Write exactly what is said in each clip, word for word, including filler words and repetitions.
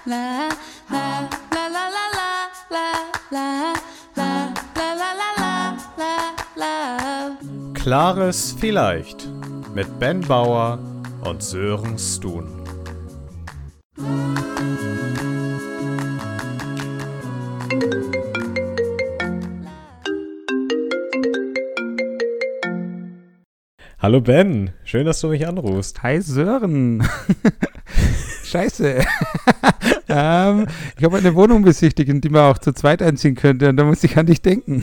la la la la la la la la la la la la la. Klares Vielleicht mit Ben Bauer und Sören Stun. Hallo Ben, schön, dass du mich anrufst. Hi Sören. Scheiße. ähm, ich habe eine Wohnung besichtigt, in die man auch zu zweit einziehen könnte und da muss ich an dich denken.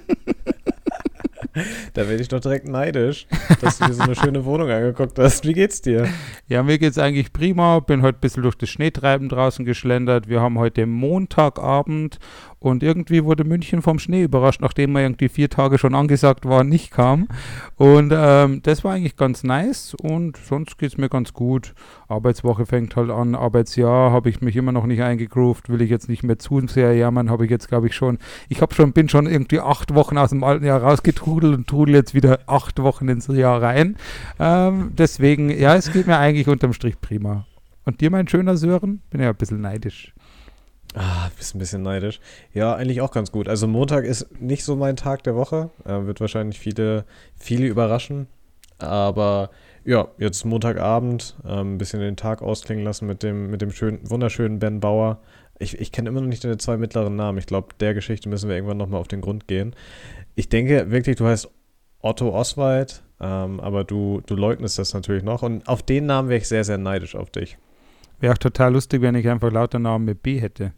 Da werde ich doch direkt neidisch, dass du dir so eine schöne Wohnung angeguckt hast. Wie geht's dir? Ja, mir geht's eigentlich prima. Bin heute ein bisschen durch das Schneetreiben draußen geschlendert. Wir haben heute Montagabend und irgendwie wurde München vom Schnee überrascht, nachdem wir irgendwie vier Tage schon angesagt waren, nicht kam. Und ähm, das war eigentlich ganz nice und sonst geht's mir ganz gut. Arbeitswoche fängt halt an, Arbeitsjahr habe ich mich immer noch nicht eingegroovt, will ich jetzt nicht mehr zu sehr jammern, habe ich jetzt glaube ich schon, ich habe schon, bin schon irgendwie acht Wochen aus dem alten Jahr rausgetrudelt und trudel jetzt wieder acht Wochen ins Jahr rein. Ähm, deswegen, ja, es geht mir eigentlich unterm Strich prima. Und dir, mein schöner Sören? Bin ja ein bisschen neidisch. Ah, bist ein bisschen neidisch. Ja, eigentlich auch ganz gut. Also Montag ist nicht so mein Tag der Woche. Äh, wird wahrscheinlich viele, viele überraschen. Aber ja, jetzt Montagabend, äh, ein bisschen den Tag ausklingen lassen mit dem, mit dem schönen, wunderschönen Ben Bauer. Ich, ich kenne immer noch nicht deine zwei mittleren Namen. Ich glaube, der Geschichte müssen wir irgendwann nochmal auf den Grund gehen. Ich denke wirklich, du heißt Otto Oswald, ähm, aber du, du leugnest das natürlich noch. Und auf den Namen wäre ich sehr, sehr neidisch auf dich. Wäre auch total lustig, wenn ich einfach lauter Namen mit B hätte.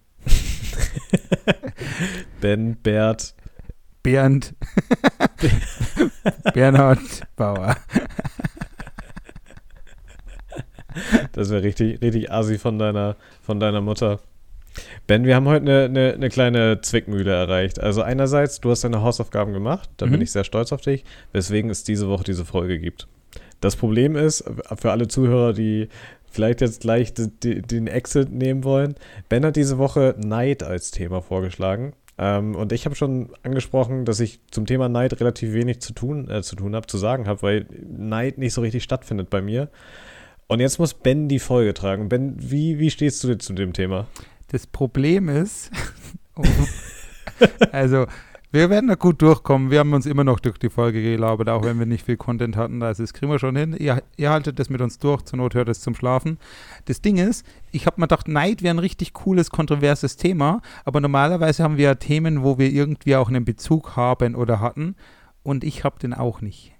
Ben, Bert, Bernd, Bernhard Bauer. Das wäre richtig, richtig assi von deiner, von deiner Mutter. Ben, wir haben heute eine, eine, eine kleine Zwickmühle erreicht. Also einerseits, du hast deine Hausaufgaben gemacht, da mhm. bin ich sehr stolz auf dich, weswegen es diese Woche diese Folge gibt. Das Problem ist, für alle Zuhörer, die vielleicht jetzt gleich die, den Exit nehmen wollen, Ben hat diese Woche Neid als Thema vorgeschlagen. Ähm, und ich habe schon angesprochen, dass ich zum Thema Neid relativ wenig zu tun, äh, zu tun habe, zu sagen habe, weil Neid nicht so richtig stattfindet bei mir. Und jetzt muss Ben die Folge tragen. Ben, wie, wie stehst du zu dem Thema? Das Problem ist, also wir werden da gut durchkommen. Wir haben uns immer noch durch die Folge gelabert, auch wenn wir nicht viel Content hatten. Also das kriegen wir schon hin. Ihr, ihr haltet das mit uns durch, zur Not hört es zum Schlafen. Das Ding ist, ich habe mir gedacht, Neid wäre ein richtig cooles, kontroverses Thema, aber normalerweise haben wir ja Themen, wo wir irgendwie auch einen Bezug haben oder hatten und ich habe den auch nicht.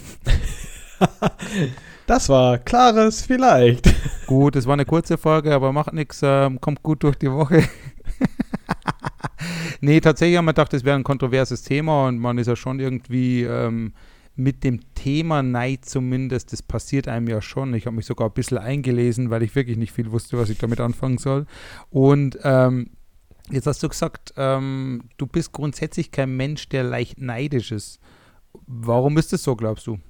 Das war klares Vielleicht. Gut, es war eine kurze Folge, aber macht nichts, ähm, kommt gut durch die Woche. Nee, tatsächlich haben wir gedacht, das wäre ein kontroverses Thema und man ist ja schon irgendwie ähm, mit dem Thema Neid zumindest, das passiert einem ja schon. Ich habe mich sogar ein bisschen eingelesen, weil ich wirklich nicht viel wusste, was ich damit anfangen soll. Und ähm, jetzt hast du gesagt, ähm, du bist grundsätzlich kein Mensch, der leicht neidisch ist. Warum ist das so, glaubst du?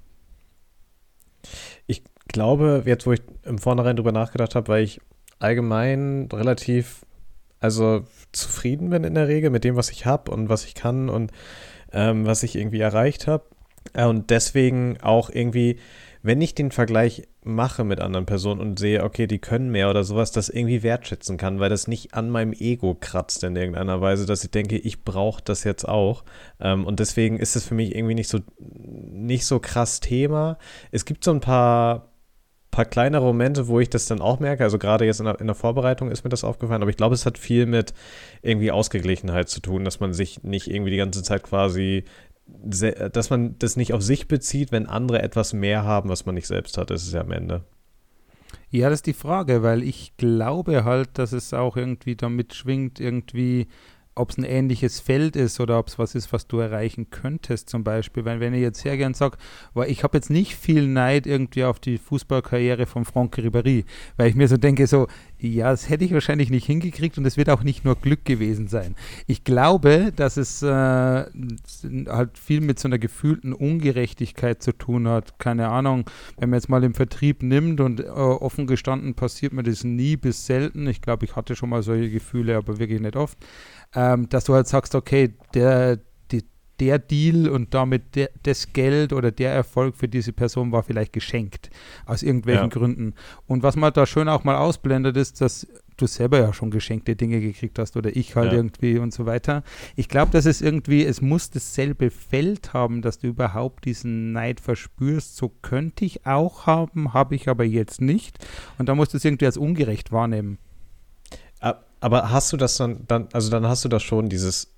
Ich glaube, jetzt wo ich im Vornherein drüber nachgedacht habe, weil ich allgemein relativ also zufrieden bin in der Regel mit dem, was ich habe und was ich kann und ähm, was ich irgendwie erreicht habe. Äh, und deswegen auch irgendwie, wenn ich den Vergleich mache mit anderen Personen und sehe, okay, die können mehr oder sowas, das irgendwie wertschätzen kann, weil das nicht an meinem Ego kratzt in irgendeiner Weise, dass ich denke, ich brauche das jetzt auch. Ähm, und deswegen ist es für mich irgendwie nicht so, nicht so krass Thema. Es gibt so ein paar paar kleinere Momente, wo ich das dann auch merke, also gerade jetzt in der, in der Vorbereitung ist mir das aufgefallen, aber ich glaube, es hat viel mit irgendwie Ausgeglichenheit zu tun, dass man sich nicht irgendwie die ganze Zeit quasi, se- dass man das nicht auf sich bezieht, wenn andere etwas mehr haben, was man nicht selbst hat, das ist ja am Ende. Ja, das ist die Frage, weil ich glaube halt, dass es auch irgendwie damit schwingt, irgendwie ob es ein ähnliches Feld ist oder ob es was ist, was du erreichen könntest zum Beispiel. Weil wenn ich jetzt sehr gern sage, weil ich habe jetzt nicht viel Neid irgendwie auf die Fußballkarriere von Franck Ribéry, weil ich mir so denke, so, ja, das hätte ich wahrscheinlich nicht hingekriegt und es wird auch nicht nur Glück gewesen sein. Ich glaube, dass es äh, halt viel mit so einer gefühlten Ungerechtigkeit zu tun hat. Keine Ahnung, wenn man jetzt mal im Vertrieb nimmt und äh, offen gestanden passiert mir das nie bis selten. Ich glaube, ich hatte schon mal solche Gefühle, aber wirklich nicht oft. Ähm, dass du halt sagst, okay, der, die, der Deal und damit der, das Geld oder der Erfolg für diese Person war vielleicht geschenkt, aus irgendwelchen Ja. Gründen. Und was man da schön auch mal ausblendet, ist, dass du selber ja schon geschenkte Dinge gekriegt hast oder ich halt Ja. irgendwie und so weiter. Ich glaube, dass es irgendwie, es muss dasselbe Feld haben, dass du überhaupt diesen Neid verspürst. So könnte ich auch haben, habe ich aber jetzt nicht. Und da musst du es irgendwie als ungerecht wahrnehmen. A- Aber hast du das dann, dann, also dann hast du das schon, dieses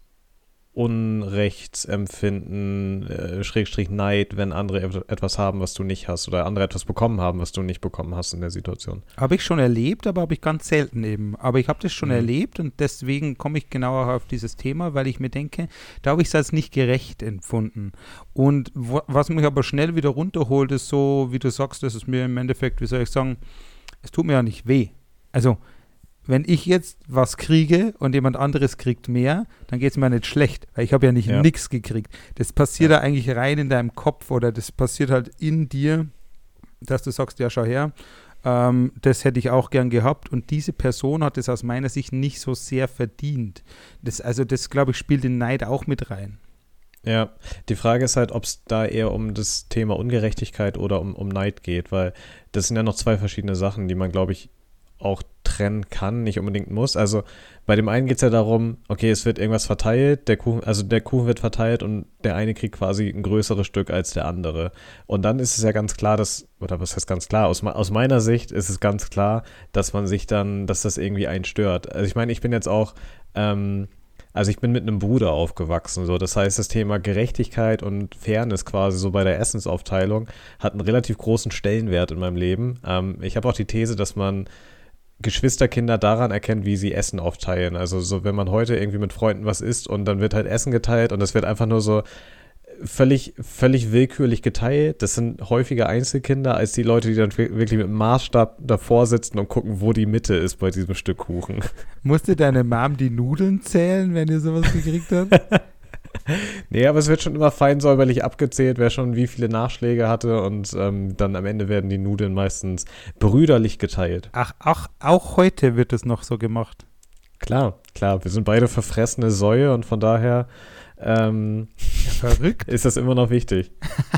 Unrechtsempfinden, äh, Schrägstrich Neid, wenn andere et- etwas haben, was du nicht hast, oder andere etwas bekommen haben, was du nicht bekommen hast in der Situation. Habe ich schon erlebt, aber habe ich ganz selten eben. Aber ich habe das schon Mhm. erlebt und deswegen komme ich genauer auf dieses Thema, weil ich mir denke, da habe ich es als nicht gerecht empfunden. Und wo, was mich aber schnell wieder runterholt, ist so, wie du sagst, das ist mir im Endeffekt, wie soll ich sagen, es tut mir ja nicht weh. Also, wenn ich jetzt was kriege und jemand anderes kriegt mehr, dann geht es mir nicht schlecht, weil ich habe ja nicht Ja. nichts gekriegt. Das passiert Ja. ja eigentlich rein in deinem Kopf oder das passiert halt in dir, dass du sagst, ja, schau her, ähm, das hätte ich auch gern gehabt und diese Person hat es aus meiner Sicht nicht so sehr verdient. Das, also das, glaube ich, spielt den Neid auch mit rein. Ja, die Frage ist halt, ob es da eher um das Thema Ungerechtigkeit oder um, um Neid geht, weil das sind ja noch zwei verschiedene Sachen, die man, glaube ich, auch trennen kann, nicht unbedingt muss. Also bei dem einen geht es ja darum, okay, es wird irgendwas verteilt, der Kuchen, also der Kuchen wird verteilt und der eine kriegt quasi ein größeres Stück als der andere. Und dann ist es ja ganz klar, dass, oder was heißt ganz klar, aus, me- aus meiner Sicht ist es ganz klar, dass man sich dann, dass das irgendwie einen stört. Also ich meine, ich bin jetzt auch, ähm, also ich bin mit einem Bruder aufgewachsen, so. Das heißt, das Thema Gerechtigkeit und Fairness quasi so bei der Essensaufteilung hat einen relativ großen Stellenwert in meinem Leben. Ähm, ich habe auch die These, dass man Geschwisterkinder daran erkennt, wie sie Essen aufteilen. Also so, wenn man heute irgendwie mit Freunden was isst und dann wird halt Essen geteilt und es wird einfach nur so völlig, völlig willkürlich geteilt. Das sind häufiger Einzelkinder als die Leute, die dann wir- wirklich mit dem Maßstab davor sitzen und gucken, wo die Mitte ist bei diesem Stück Kuchen. Musste deine Mom die Nudeln zählen, wenn ihr sowas gekriegt habt? Nee, aber es wird schon immer fein säuberlich abgezählt, wer schon wie viele Nachschläge hatte und ähm, dann am Ende werden die Nudeln meistens brüderlich geteilt. Ach, ach, auch heute wird es noch so gemacht. Klar, klar, wir sind beide verfressene Säue und von daher ähm, Verrückt. ist das immer noch wichtig.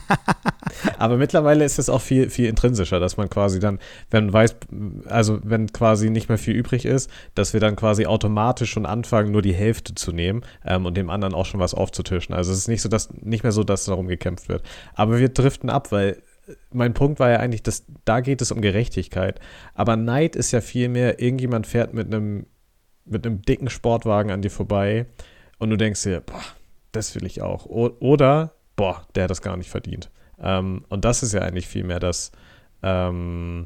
Aber mittlerweile ist es auch viel, viel intrinsischer, dass man quasi dann, wenn man weiß, also wenn quasi nicht mehr viel übrig ist, dass wir dann quasi automatisch schon anfangen, nur die Hälfte zu nehmen ähm, und dem anderen auch schon was aufzutischen. Also es ist nicht so, dass nicht mehr so, dass darum gekämpft wird. Aber wir driften ab, weil mein Punkt war ja eigentlich, dass da geht es um Gerechtigkeit. Aber Neid ist ja vielmehr, irgendjemand fährt mit einem mit einem dicken Sportwagen an dir vorbei und du denkst dir, boah, das will ich auch. O- oder, boah, der hat das gar nicht verdient. Ähm, und das ist ja eigentlich vielmehr das, ähm,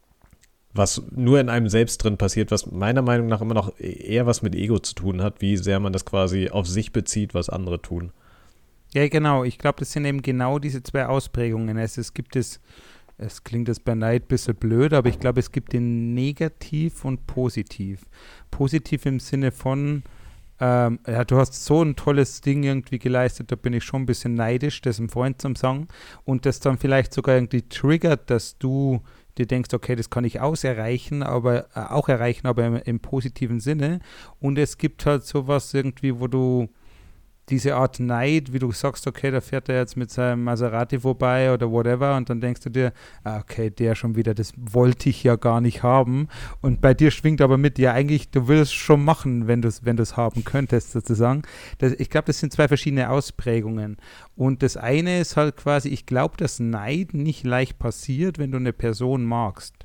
was nur in einem selbst drin passiert, was meiner Meinung nach immer noch eher was mit Ego zu tun hat, wie sehr man das quasi auf sich bezieht, was andere tun. Ja, genau. Ich glaube, das sind eben genau diese zwei Ausprägungen. Es, es gibt es, es klingt jetzt bei Neid ein bisschen blöd, aber ich glaube, es gibt den Negativ und Positiv. Positiv im Sinne von, ähm, ja, du hast so ein tolles Ding irgendwie geleistet, da bin ich schon ein bisschen neidisch, das einem Freund zum Sagen. Und das dann vielleicht sogar irgendwie triggert, dass du dir denkst, okay, das kann ich auch erreichen, aber äh, auch erreichen, aber im, im positiven Sinne. Und es gibt halt sowas irgendwie, wo du diese Art Neid, wie du sagst, okay, da fährt er jetzt mit seinem Maserati vorbei oder whatever und dann denkst du dir, ah, okay, der schon wieder, das wollte ich ja gar nicht haben und bei dir schwingt aber mit, ja eigentlich, du würdest es schon machen, wenn du es wenn du's haben könntest sozusagen. Das, ich glaube, das sind zwei verschiedene Ausprägungen und das eine ist halt quasi, ich glaube, dass Neid nicht leicht passiert, wenn du eine Person magst.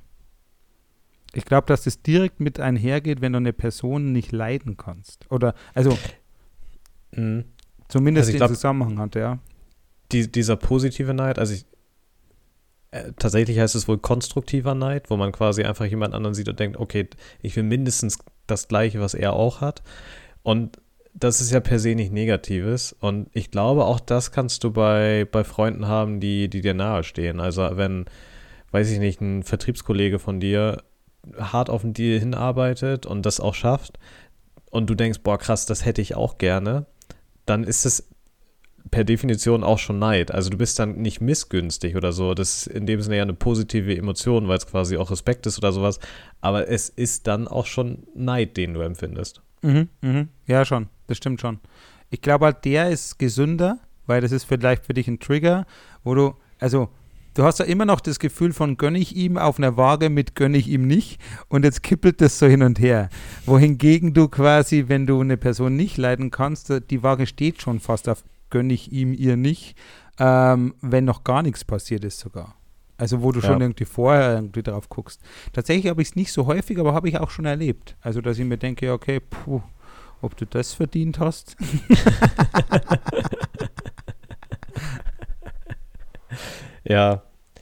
Ich glaube, dass das direkt mit einhergeht, wenn du eine Person nicht leiden kannst. Oder, also Mhm. zumindest Also ich den glaub- Zusammenhang hat, ja. Die, dieser positive Neid, also ich, äh, tatsächlich heißt es wohl konstruktiver Neid, wo man quasi einfach jemand anderen sieht und denkt, okay, ich will mindestens das Gleiche, was er auch hat. Und das ist ja per se nicht Negatives. Und ich glaube, auch das kannst du bei, bei Freunden haben, die, die dir nahestehen. Also wenn, weiß ich nicht, ein Vertriebskollege von dir hart auf den Deal hinarbeitet und das auch schafft und du denkst, boah, krass, das hätte ich auch gerne, dann ist es per Definition auch schon Neid. Also du bist dann nicht missgünstig oder so. Das ist in dem Sinne ja eine positive Emotion, weil es quasi auch Respekt ist oder sowas. Aber es ist dann auch schon Neid, den du empfindest. Mhm, mhm. Ja, schon. Das stimmt schon. ich glaube halt, der ist gesünder, weil das ist vielleicht für dich ein Trigger, wo du, also du hast ja immer noch das Gefühl von gönne ich ihm auf einer Waage mit gönne ich ihm nicht und jetzt kippelt das so hin und her. Wohingegen du quasi, wenn du eine Person nicht leiden kannst, die Waage steht schon fast auf gönne ich ihm, ihr nicht, ähm, wenn noch gar nichts passiert ist sogar. Also wo du Ja. schon irgendwie vorher irgendwie drauf guckst. Tatsächlich habe ich es nicht so häufig, aber habe ich auch schon erlebt. Also dass ich mir denke, ja, okay, puh, ob du das verdient hast. Ja.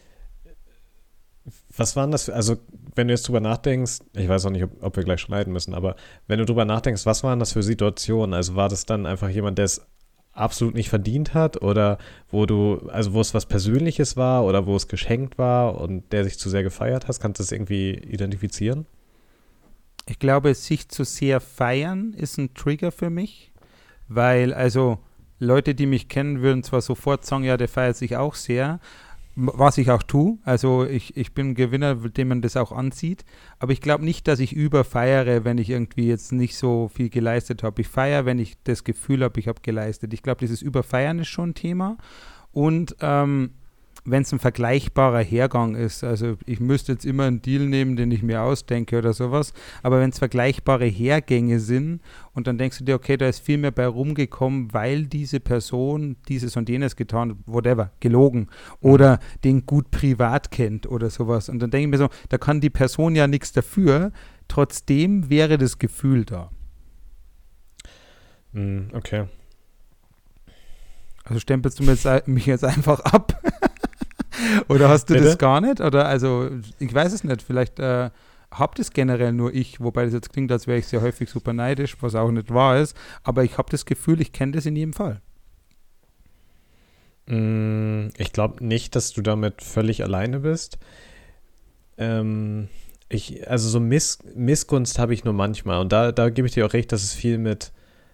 Was waren das für, also wenn du jetzt drüber nachdenkst, ich weiß auch nicht, ob, ob wir gleich schneiden müssen, aber wenn du drüber nachdenkst, was waren das für Situationen? Also war das dann einfach jemand, der es absolut nicht verdient hat oder wo du, also wo es was Persönliches war oder wo es geschenkt war und der sich zu sehr gefeiert hat? Kannst du das irgendwie identifizieren? Ich glaube, sich zu sehr feiern ist ein Trigger für mich, weil also Leute, die mich kennen, würden zwar sofort sagen, ja, der feiert sich auch sehr, m- was ich auch tue. Also ich, ich bin ein Gewinner, dem man das auch ansieht, aber ich glaube nicht, dass ich überfeiere, wenn ich irgendwie jetzt nicht so viel geleistet habe. Ich feiere, wenn ich das Gefühl habe, ich habe geleistet. Ich glaube, dieses Überfeiern ist schon ein Thema und ähm, wenn es ein vergleichbarer Hergang ist, also ich müsste jetzt immer einen Deal nehmen, den ich mir ausdenke oder sowas, aber wenn es vergleichbare Hergänge sind und dann denkst du dir, okay, da ist viel mehr bei rumgekommen, weil diese Person dieses und jenes getan hat, whatever, gelogen oder den gut privat kennt oder sowas und dann denke ich mir so, da kann die Person ja nichts dafür, trotzdem wäre das Gefühl da. Mm, okay. Also stempelst du mir jetzt, ein- mich jetzt einfach ab? Oder hast du Bitte? das gar nicht? Oder also, ich weiß es nicht, vielleicht äh, habt es generell nur ich, wobei das jetzt klingt, als wäre ich sehr häufig super neidisch, was auch nicht wahr ist, aber ich habe das Gefühl, ich kenne das in jedem Fall. Mm, ich glaube nicht, dass du damit völlig alleine bist. Ähm, ich, also so Miss, Missgunst habe ich nur manchmal und da, da gebe ich dir auch recht, dass es viel mit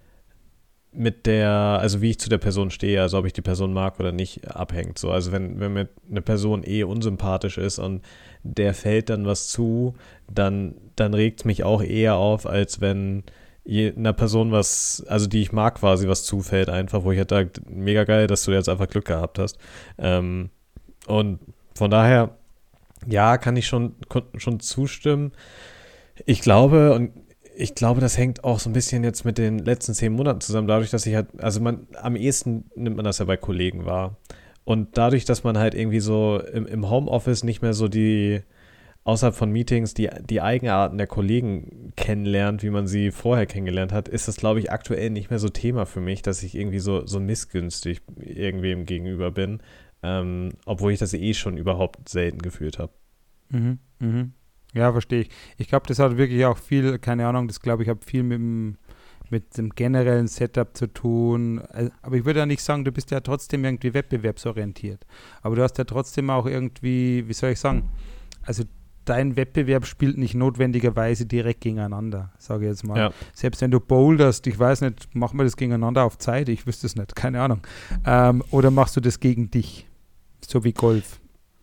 mit der, also wie ich zu der Person stehe, also ob ich die Person mag oder nicht, abhängt. So, also wenn, wenn mir eine Person eh unsympathisch ist und der fällt dann was zu, dann, dann regt es mich auch eher auf, als wenn je, einer Person was, also die ich mag quasi, was zufällt einfach, wo ich halt sage, mega geil, dass du jetzt einfach Glück gehabt hast. Ähm, und von daher, ja, kann ich schon, schon zustimmen. Ich glaube, und ich glaube, das hängt auch so ein bisschen jetzt mit den letzten zehn Monaten zusammen, dadurch, dass ich halt, also man, am ehesten nimmt man das ja bei Kollegen wahr. Und dadurch, dass man halt irgendwie so im, im Homeoffice nicht mehr so die, außerhalb von Meetings, die, die Eigenarten der Kollegen kennenlernt, wie man sie vorher kennengelernt hat, ist das, glaube ich, aktuell nicht mehr so Thema für mich, dass ich irgendwie so, so missgünstig irgendwem gegenüber bin, ähm, obwohl ich das eh schon überhaupt selten gefühlt habe. Mhm, mhm. Ja, verstehe ich. Ich glaube, das hat wirklich auch viel, keine Ahnung, das glaube ich, hat viel mit dem, mit dem generellen Setup zu tun. Äh, Aber ich würde ja nicht sagen, du bist ja trotzdem irgendwie wettbewerbsorientiert. Aber du hast ja trotzdem auch irgendwie, wie soll ich sagen, also dein Wettbewerb spielt nicht notwendigerweise direkt gegeneinander, sage ich jetzt mal. Ja. Selbst wenn du boulderst, ich weiß nicht, machen wir das gegeneinander auf Zeit? Ich wüsste es nicht, keine Ahnung. Ähm, oder machst du das gegen dich? So wie Golf.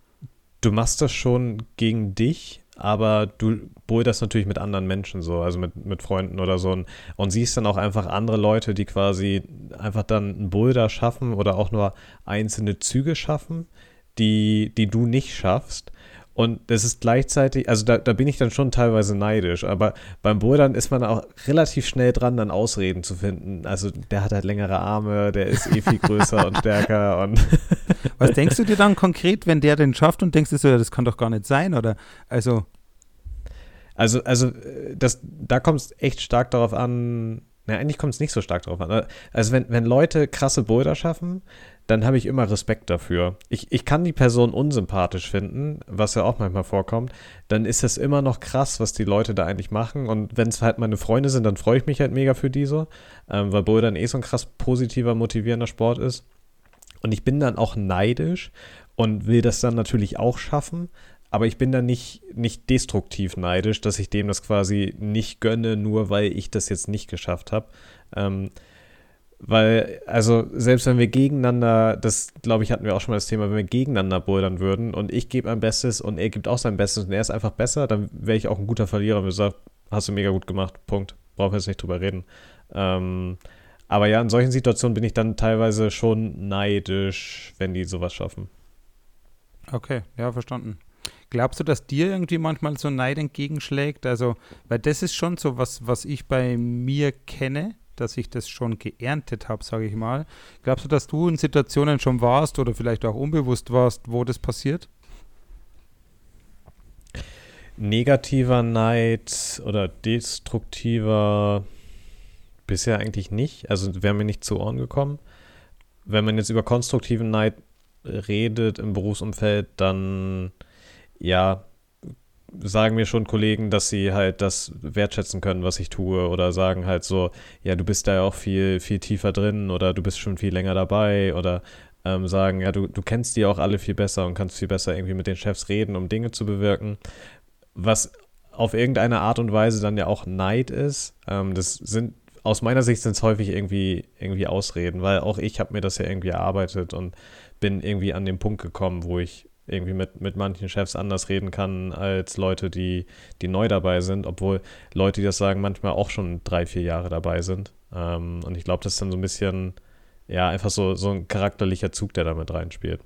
Du machst das schon gegen dich, aber du boulderst natürlich mit anderen Menschen so, also mit, mit Freunden oder so und, und siehst dann auch einfach andere Leute, die quasi einfach dann einen Boulder schaffen oder auch nur einzelne Züge schaffen, die, die du nicht schaffst. Und das ist gleichzeitig, also da, da bin ich dann schon teilweise neidisch, aber beim Bouldern ist man auch relativ schnell dran, dann Ausreden zu finden. Also der hat halt längere Arme, der ist eh viel größer und stärker und Was denkst du dir dann konkret, wenn der den schafft und denkst du so, ja, das kann doch gar nicht sein, oder? Also, Also, also das, da kommt es echt stark darauf an, na, eigentlich kommt es nicht so stark darauf an. Also wenn, wenn Leute krasse Boulder schaffen, dann habe ich immer Respekt dafür. Ich, ich kann die Person unsympathisch finden, was ja auch manchmal vorkommt, dann ist es immer noch krass, was die Leute da eigentlich machen und wenn es halt meine Freunde sind, dann freue ich mich halt mega für die so, ähm, weil Bouldern eh so ein krass positiver, motivierender Sport ist und ich bin dann auch neidisch und will das dann natürlich auch schaffen, aber ich bin dann nicht, nicht destruktiv neidisch, dass ich dem das quasi nicht gönne, nur weil ich das jetzt nicht geschafft habe. Ähm, weil, also selbst wenn wir gegeneinander, das glaube ich hatten wir auch schon mal das Thema, wenn wir gegeneinander bouldern würden und ich gebe mein Bestes und er gibt auch sein Bestes und er ist einfach besser, dann wäre ich auch ein guter Verlierer und würde sagen, hast du mega gut gemacht, Punkt. Brauchen wir jetzt nicht drüber reden. Ähm, aber ja, in solchen Situationen bin ich dann teilweise schon neidisch, wenn die sowas schaffen. Okay, ja, verstanden. Glaubst du, dass dir irgendwie manchmal so Neid entgegenschlägt? Also, weil das ist schon so was, was ich bei mir kenne, dass ich das schon geerntet habe, sage ich mal. Glaubst du, dass du in Situationen schon warst oder vielleicht auch unbewusst warst, wo das passiert? Negativer Neid oder destruktiver bisher eigentlich nicht. Also wäre mir nicht zu Ohren gekommen. Wenn man jetzt über konstruktiven Neid redet im Berufsumfeld, dann ja, sagen mir schon Kollegen, dass sie halt das wertschätzen können, was ich tue, oder sagen halt so, ja, du bist da ja auch viel, viel tiefer drin oder du bist schon viel länger dabei, oder ähm, sagen, ja, du, du kennst die auch alle viel besser und kannst viel besser irgendwie mit den Chefs reden, um Dinge zu bewirken, was auf irgendeine Art und Weise dann ja auch Neid ist. Ähm, das sind, aus meiner Sicht sind es häufig irgendwie, irgendwie Ausreden, weil auch ich habe mir das ja irgendwie erarbeitet und bin irgendwie an den Punkt gekommen, wo ich irgendwie mit, mit manchen Chefs anders reden kann als Leute, die, die neu dabei sind, obwohl Leute, die das sagen, manchmal auch schon drei, vier Jahre dabei sind. Ähm, und ich glaube, das ist dann so ein bisschen, ja, einfach so, so ein charakterlicher Zug, der da mit reinspielt.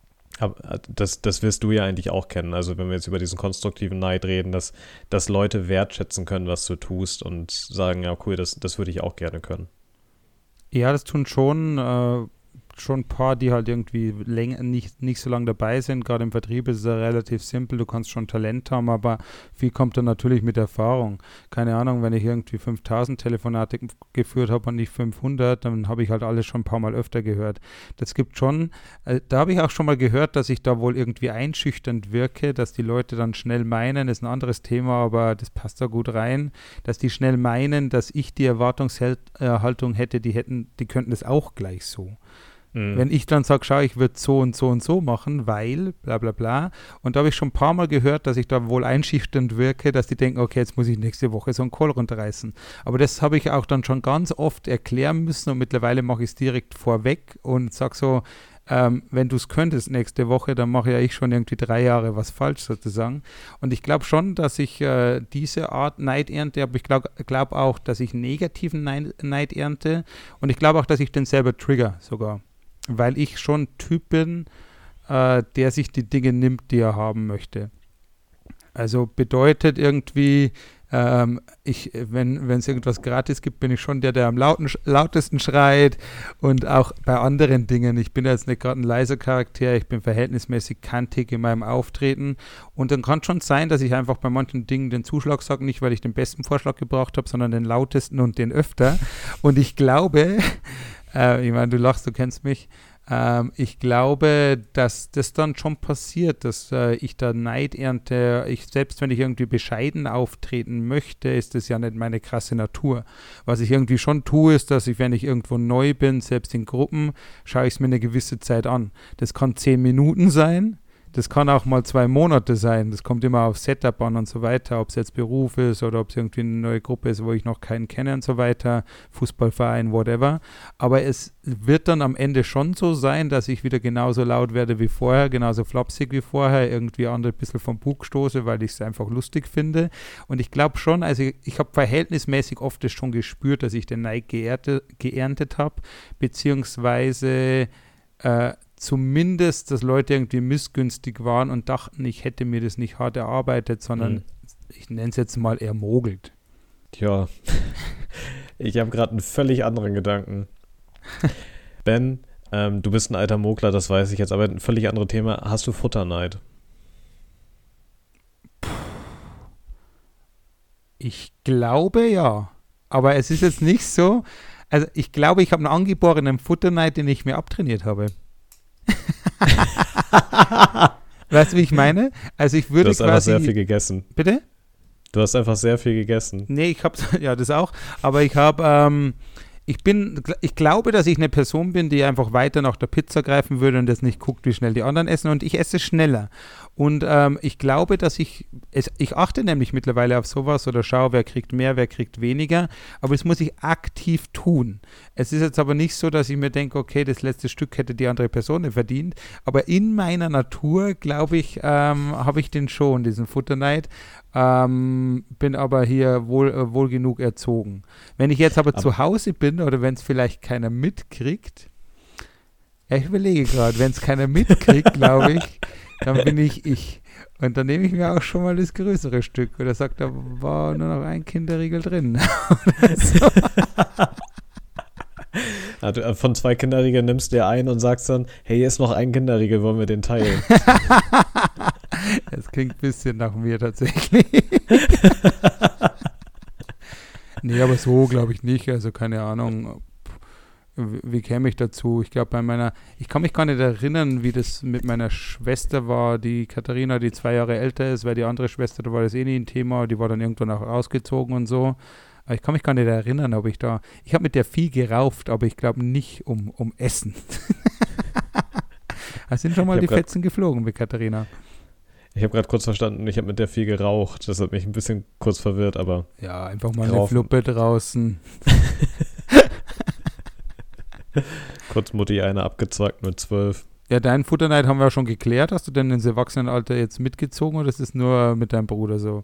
Aber das, das wirst du ja eigentlich auch kennen. Also wenn wir jetzt über diesen konstruktiven Neid reden, dass, dass Leute wertschätzen können, was du tust und sagen, ja cool, das, das würde ich auch gerne können. Ja, das tun schon äh schon ein paar, die halt irgendwie länger, nicht, nicht so lange dabei sind. Gerade im Vertrieb ist es ja relativ simpel. Du kannst schon Talent haben, aber viel kommt dann natürlich mit Erfahrung. Keine Ahnung, wenn ich irgendwie fünftausend Telefonate geführt habe und nicht fünfhundert, dann habe ich halt alles schon ein paar Mal öfter gehört. Das gibt schon, äh, da habe ich auch schon mal gehört, dass ich da wohl irgendwie einschüchternd wirke, dass die Leute dann schnell meinen, ist ein anderes Thema, aber das passt da gut rein, dass die schnell meinen, dass ich die Erwartungshaltung hätte, die hätten, die könnten es auch gleich so. Wenn ich dann sage, schau, ich würde so und so und so machen, weil, bla bla bla. Und da habe ich schon ein paar Mal gehört, dass ich da wohl einschüchternd wirke, dass die denken, okay, jetzt muss ich nächste Woche so einen Call runterreißen. Aber das habe ich auch dann schon ganz oft erklären müssen und mittlerweile mache ich es direkt vorweg und sage so, ähm, wenn du es könntest nächste Woche, dann mache ja ich schon irgendwie drei Jahre was falsch sozusagen. Und ich glaube schon, dass ich äh, diese Art Neid ernte, aber ich glaube glaub auch, dass ich negativen Neid, Neid ernte und ich glaube auch, dass ich den selber trigger sogar. Weil ich schon Typ bin, äh, der sich die Dinge nimmt, die er haben möchte. Also bedeutet irgendwie, ähm, ich, wenn es irgendwas gratis gibt, bin ich schon der, der am lauten, lautesten schreit und auch bei anderen Dingen. Ich bin jetzt nicht gerade ein leiser Charakter, ich bin verhältnismäßig kantig in meinem Auftreten und dann kann schon sein, dass ich einfach bei manchen Dingen den Zuschlag sage, nicht weil ich den besten Vorschlag gebraucht habe, sondern den lautesten und den öfter. Und ich glaube, äh, ich meine, du lachst, du kennst mich, Ähm, ich glaube, dass das dann schon passiert, dass äh, ich da Neid ernte. Ich, selbst wenn ich irgendwie bescheiden auftreten möchte, ist das ja nicht meine krasse Natur. Was ich irgendwie schon tue, ist, dass ich, wenn ich irgendwo neu bin, selbst in Gruppen, schaue ich es mir eine gewisse Zeit an. Das kann zehn Minuten sein. Das kann auch mal zwei Monate sein. Das kommt immer auf Setup an und so weiter, ob es jetzt Beruf ist oder ob es irgendwie eine neue Gruppe ist, wo ich noch keinen kenne und so weiter, Fußballverein, whatever. Aber es wird dann am Ende schon so sein, dass ich wieder genauso laut werde wie vorher, genauso flapsig wie vorher, irgendwie andere ein bisschen vom Bug stoße, weil ich es einfach lustig finde. Und ich glaube schon, also ich, ich habe verhältnismäßig oft das schon gespürt, dass ich den Neid geerntet, geerntet habe, beziehungsweise äh, zumindest, dass Leute irgendwie missgünstig waren und dachten, ich hätte mir das nicht hart erarbeitet, sondern mhm. ich nenne es jetzt mal ermogelt. Tja, ich habe gerade einen völlig anderen Gedanken. Ben, ähm, du bist ein alter Mogler, das weiß ich jetzt, aber ein völlig anderes Thema. Hast du Futterneid? Ich glaube ja, aber es ist jetzt nicht so, also ich glaube, ich habe einen angeborenen Futterneid, den ich mir abtrainiert habe. Weißt du, wie ich meine? Also ich würde quasi... Du hast einfach sehr viel gegessen. Bitte? Du hast einfach sehr viel gegessen. Nee, ich habe... Ja, das auch. Aber ich habe... Ähm, ich bin... Ich glaube, dass ich eine Person bin, die einfach weiter nach der Pizza greifen würde und das nicht guckt, wie schnell die anderen essen. Und ich esse schneller. Und ähm, ich glaube, dass ich, es, ich achte nämlich mittlerweile auf sowas oder schaue, wer kriegt mehr, wer kriegt weniger, aber das muss ich aktiv tun. Es ist jetzt aber nicht so, dass ich mir denke, okay, das letzte Stück hätte die andere Person verdient, aber in meiner Natur, glaube ich, ähm, habe ich den schon, diesen Futterneid, ähm, bin aber hier wohl, äh, wohl genug erzogen. Wenn ich jetzt aber, aber zu Hause bin oder wenn es vielleicht keiner mitkriegt, ja, ich überlege gerade, wenn es keiner mitkriegt, glaube ich, dann bin ich ich. Und dann nehme ich mir auch schon mal das größere Stück. Oder sagt, da war nur noch ein Kinderriegel drin. so. Also von zwei Kinderriegeln nimmst du dir einen und sagst dann, hey, hier ist noch ein Kinderriegel, wollen wir den teilen? Das klingt ein bisschen nach mir tatsächlich. Nee, aber so glaube ich nicht. Also keine Ahnung. Wie käme ich dazu? Ich glaube, bei meiner, ich kann mich gar nicht erinnern, wie das mit meiner Schwester war, die Katharina, die zwei Jahre älter ist, weil die andere Schwester, da war das eh nie ein Thema, die war dann irgendwann auch ausgezogen und so. Aber ich kann mich gar nicht erinnern, ob ich da, ich habe mit der viel gerauft, aber ich glaube nicht um, um Essen. Da sind schon mal die grad, Fetzen geflogen mit Katharina. Ich habe gerade kurz verstanden, ich habe mit der viel geraucht. Das hat mich ein bisschen kurz verwirrt, aber. Ja, einfach mal raufen. Eine Fluppe draußen. Kurz Mutti eine abgezwackt mit zwölf. Ja, deinen Futterneid haben wir ja schon geklärt. Hast du denn ins Erwachsenenalter jetzt mitgezogen oder ist es nur mit deinem Bruder so?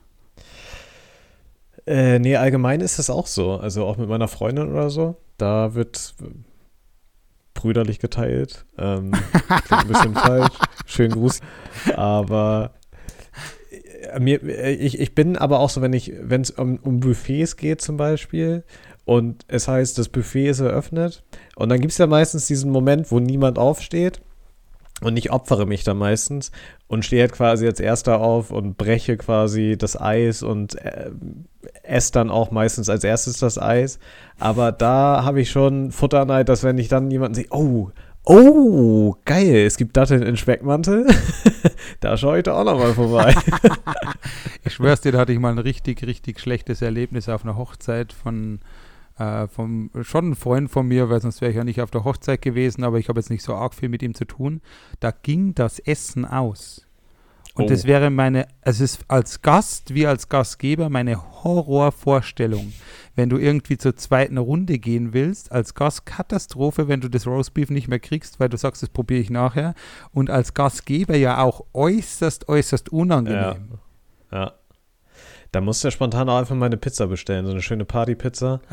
Äh, nee, allgemein ist es auch so. Also auch mit meiner Freundin oder so. Da wird brüderlich geteilt. Ähm, klingt ein bisschen falsch. Schönen Gruß. Aber mir, ich, ich bin aber auch so, wenn ich, wenn es um, um Buffets geht zum Beispiel und es heißt, das Buffet ist eröffnet und dann gibt es ja meistens diesen Moment, wo niemand aufsteht und ich opfere mich dann meistens und stehe halt quasi als Erster auf und breche quasi das Eis und äh, esse dann auch meistens als erstes das Eis, aber da habe ich schon Futterneid, dass wenn ich dann jemanden sehe, oh, oh, geil, es gibt Datteln in Speckmantel. Da schaue ich da auch nochmal vorbei. Ich schwör's dir, da hatte ich mal ein richtig, richtig schlechtes Erlebnis auf einer Hochzeit von äh, vom, schon ein Freund von mir, weil sonst wäre ich ja nicht auf der Hochzeit gewesen, aber ich habe jetzt nicht so arg viel mit ihm zu tun. Da ging das Essen aus. Und oh. Das wäre meine, also es ist als Gast wie als Gastgeber meine Horrorvorstellung. Wenn du irgendwie zur zweiten Runde gehen willst, als Gast Katastrophe, wenn du das Roastbeef nicht mehr kriegst, weil du sagst, das probiere ich nachher. Und als Gastgeber ja auch äußerst, äußerst unangenehm. Ja, ja. Da musst du ja spontan auch einfach mal eine Pizza bestellen, so eine schöne Partypizza.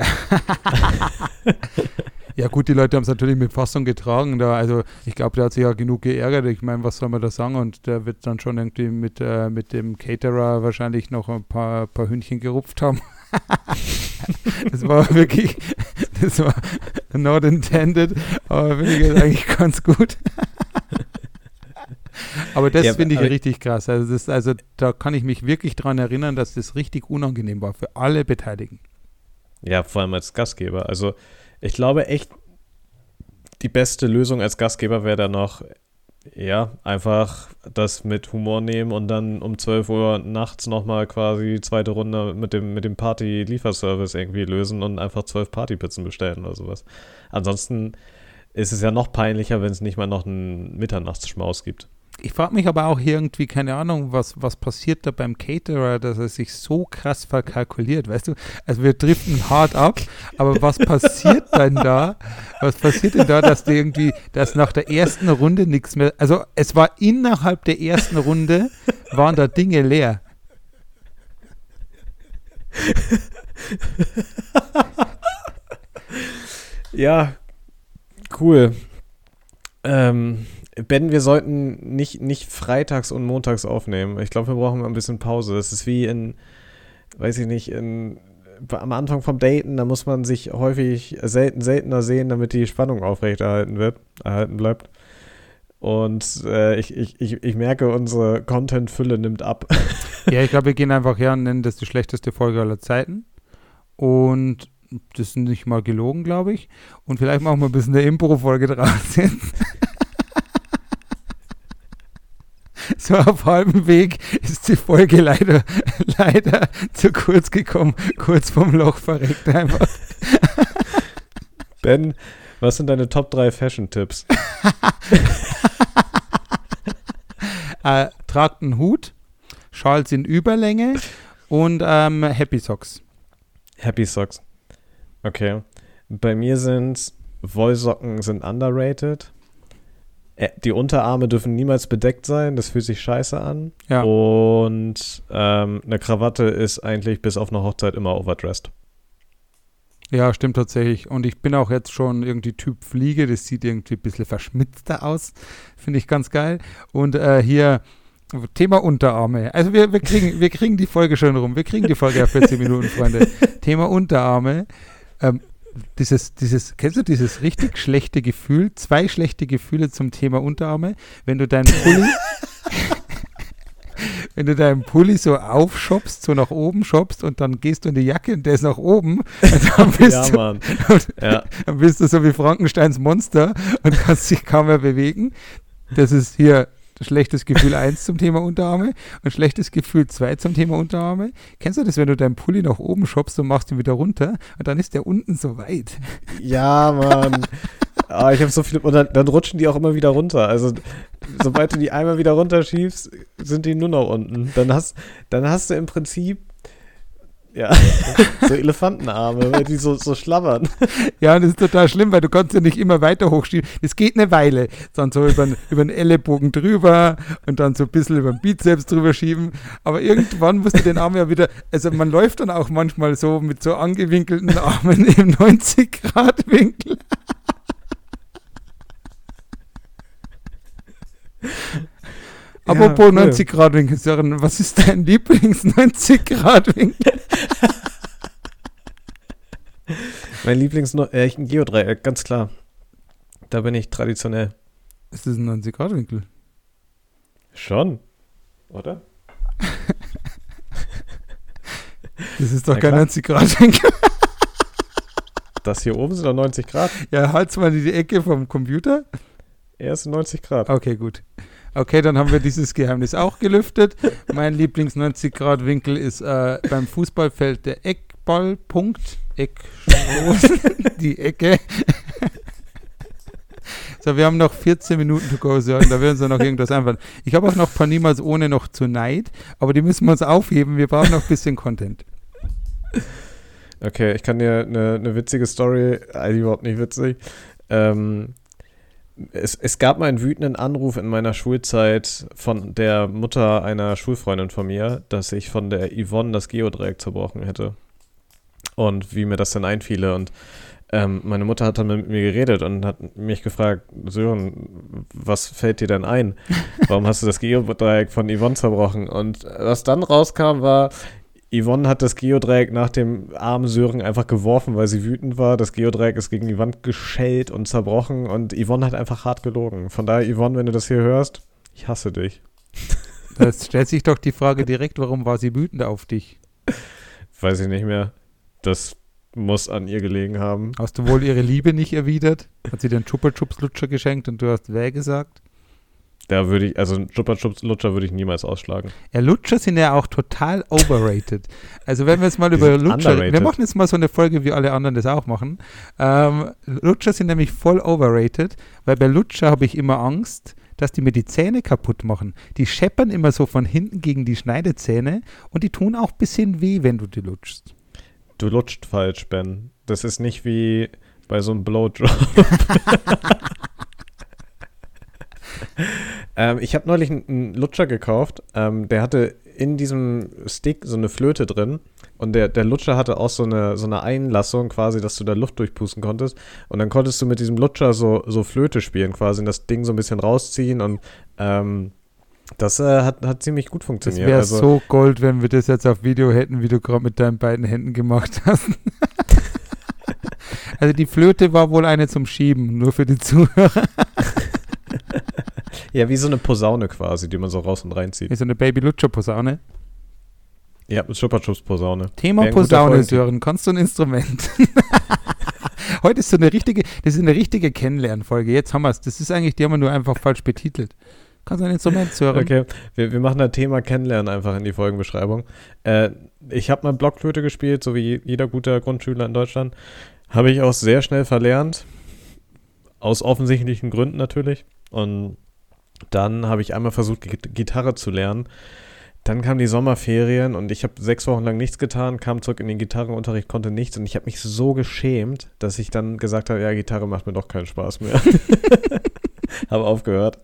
Ja gut, die Leute haben es natürlich mit Fassung getragen. Da, also ich glaube, der hat sich ja genug geärgert. Ich meine, was soll man da sagen? Und der wird dann schon irgendwie mit, äh, mit dem Caterer wahrscheinlich noch ein paar, paar Hühnchen gerupft haben. Das war wirklich, das war not intended, aber finde ich jetzt eigentlich ganz gut. Aber das ja, finde ich richtig krass. Also, das, also da kann ich mich wirklich dran erinnern, dass das richtig unangenehm war für alle Beteiligten. Ja, vor allem als Gastgeber. Also ich glaube echt, die beste Lösung als Gastgeber wäre dann noch, ja, einfach das mit Humor nehmen und dann um zwölf Uhr nachts nochmal quasi die zweite Runde mit dem, mit dem Party-Lieferservice irgendwie lösen und einfach zwölf Partypizzen bestellen oder sowas. Ansonsten ist es ja noch peinlicher, wenn es nicht mal noch einen Mitternachtsschmaus gibt. Ich frage mich aber auch irgendwie, keine Ahnung, was, was passiert da beim Caterer, dass er sich so krass verkalkuliert, weißt du? Also wir driften hart ab, aber was passiert denn da? Was passiert denn da, dass die irgendwie, dass nach der ersten Runde nichts mehr, also es war innerhalb der ersten Runde, waren da Dinge leer. Ja, cool. Ähm, Ben, wir sollten nicht, nicht freitags und montags aufnehmen. Ich glaube, wir brauchen mal ein bisschen Pause. Das ist wie in, weiß ich nicht, in, am Anfang vom Daten, da muss man sich häufig selten, seltener sehen, damit die Spannung aufrechterhalten wird, erhalten bleibt. Und äh, ich, ich, ich, ich merke, unsere Content-Fülle nimmt ab. Ja, ich glaube, wir gehen einfach her und nennen das die schlechteste Folge aller Zeiten. Und das ist nicht mal gelogen, glaube ich. Und vielleicht machen wir ein bisschen eine Impro-Folge draus jetzt. So auf halbem Weg ist die Folge leider, leider zu kurz gekommen. Kurz vorm Loch verreckt einfach. Ben, was sind deine Top drei Fashion-Tipps? äh, tragt einen Hut, Schals in Überlänge und ähm, Happy Socks. Happy Socks. Okay. Bei mir sind Wollsocken sind underrated. Äh, Die Unterarme dürfen niemals bedeckt sein, das fühlt sich scheiße an. Ja. Und ähm, eine Krawatte ist eigentlich bis auf eine Hochzeit immer overdressed. Ja, stimmt tatsächlich. Und ich bin auch jetzt schon irgendwie Typ Fliege. Das sieht irgendwie ein bisschen verschmitzter aus. Finde ich ganz geil. Und äh, hier Thema Unterarme. Also wir, wir, kriegen, wir kriegen die Folge schon rum. Wir kriegen die Folge auf vierzehn Minuten, Freunde. Thema Unterarme. Ähm, dieses, dieses, kennst du dieses richtig schlechte Gefühl? Zwei schlechte Gefühle zum Thema Unterarme. Wenn du deinen Pulli... Wenn du deinen Pulli so aufschopst, so nach oben schopst und dann gehst du in die Jacke und der ist nach oben und dann bist, Ja, du, Mann. und, Ja. dann bist du so wie Frankensteins Monster und kannst dich kaum mehr bewegen. Das ist hier schlechtes Gefühl eins zum Thema Unterarme und schlechtes Gefühl zwei zum Thema Unterarme. Kennst du das, wenn du deinen Pulli nach oben schopst und machst ihn wieder runter und dann ist der unten so weit? Ja, Mann. Ah, ich habe so viele. Und dann, dann rutschen die auch immer wieder runter. Also, sobald du die einmal wieder runterschiebst, sind die nur noch unten. Dann hast, dann hast du im Prinzip. Ja, so Elefantenarme, weil die so, so schlabbern. Ja, und das ist total schlimm, weil du kannst ja nicht immer weiter hochschieben. Das geht eine Weile. Dann so über, über den Ellenbogen drüber und dann so ein bisschen über den Bizeps drüber schieben. Aber irgendwann musst du den Arm ja wieder, also man läuft dann auch manchmal so mit so angewinkelten Armen im neunzig Grad Winkel. Apropos cool. neunzig Grad Winkel, Sören, was ist dein Lieblings neunzig Grad Winkel? Mein Lieblings äh, ein Geodreieck, ganz klar. Da bin ich traditionell. Ist das ein neunzig Grad Winkel? Schon, oder? Das ist doch Na kein klar. neunzig Grad Winkel. Das hier oben sind doch neunzig Grad. Ja, halt's mal in die Ecke vom Computer. Er ist neunzig Grad. Okay, gut. Okay, dann haben wir dieses Geheimnis auch gelüftet. Mein Lieblings neunzig Grad Winkel ist äh, beim Fußballfeld der Eckballpunkt. Eckstoß, die Ecke. So, wir haben noch vierzehn Minuten to go, Sören. Da werden uns noch irgendwas einfallen. Ich habe auch noch ein paar Niemals ohne noch zu Neid, aber die müssen wir uns aufheben. Wir brauchen noch ein bisschen Content. Okay, ich kann dir eine, eine witzige Story, also überhaupt nicht witzig. Ähm, es, es gab mal einen wütenden Anruf in meiner Schulzeit von der Mutter einer Schulfreundin von mir, dass ich von der Yvonne das Geodreieck zerbrochen hätte. Und wie mir das dann einfiele. Und ähm, meine Mutter hat dann mit mir geredet und hat mich gefragt, Sören, was fällt dir denn ein? Warum hast du das Geodreieck von Yvonne zerbrochen? Und was dann rauskam, war, Yvonne hat das Geodreieck nach dem armen Sören einfach geworfen, weil sie wütend war. Das Geodreieck ist gegen die Wand geschellt und zerbrochen und Yvonne hat einfach hart gelogen. Von daher, Yvonne, wenn du das hier hörst, ich hasse dich. Da stellt sich doch die Frage direkt, warum war sie wütend auf dich? Weiß ich nicht mehr. Das muss an ihr gelegen haben. Hast du wohl ihre Liebe nicht erwidert? Hat sie dir einen Chupa-Chups-Lutscher geschenkt und du hast Wäh gesagt? Da würde ich, also einen Chupa-Chups-Lutscher würde ich niemals ausschlagen. Ja, Lutscher sind ja auch total overrated. Also wenn wir jetzt mal Die über sind Lutscher, underrated. wir machen jetzt mal so eine Folge, wie alle anderen das auch machen. Ähm, Lutscher sind nämlich voll overrated, weil bei Lutscher habe ich immer Angst, dass die mir die Zähne kaputt machen. Die scheppern immer so von hinten gegen die Schneidezähne und die tun auch ein bisschen weh, wenn du die lutschst. Du lutscht falsch, Ben. Das ist nicht wie bei so einem Blowjob. ähm, ich habe neulich einen, einen Lutscher gekauft. Ähm, der hatte in diesem Stick so eine Flöte drin. Und der, der Lutscher hatte auch so eine, so eine Einlassung quasi, dass du da Luft durchpusten konntest. Und dann konntest du mit diesem Lutscher so, so Flöte spielen quasi und das Ding so ein bisschen rausziehen. Und ähm, das äh, hat, hat ziemlich gut Das funktioniert. wäre also, so Gold, wenn wir das jetzt auf Video hätten, wie du gerade mit deinen beiden Händen gemacht hast. Also die Flöte war wohl eine zum Schieben, nur für die Zuhörer. ja, wie so eine Posaune quasi, die man so raus und reinzieht. Wie so eine Baby-Lutscher-Posaune. Ja, eine Chupa-Chups-Posaune. Thema Wäre ein guter Posaune, Folgentitel. Sören, kannst du ein Instrument? Heute ist so eine richtige, das ist eine richtige Kennenlernfolge. Jetzt haben wir es. Das ist eigentlich, die haben wir nur einfach falsch betitelt. Kannst du ein Instrument, Sören? Okay, wir, wir machen das Thema Kennenlernen einfach in die Folgenbeschreibung. Äh, ich habe mal Blockflöte gespielt, so wie jeder guter Grundschüler in Deutschland. Habe ich auch sehr schnell verlernt. Aus offensichtlichen Gründen natürlich. Und Dann habe ich einmal versucht, G- Gitarre zu lernen. Dann kamen die Sommerferien und ich habe sechs Wochen lang nichts getan, kam zurück in den Gitarrenunterricht, konnte nichts und ich habe mich so geschämt, dass ich dann gesagt habe, ja, Gitarre macht mir doch keinen Spaß mehr. Habe aufgehört.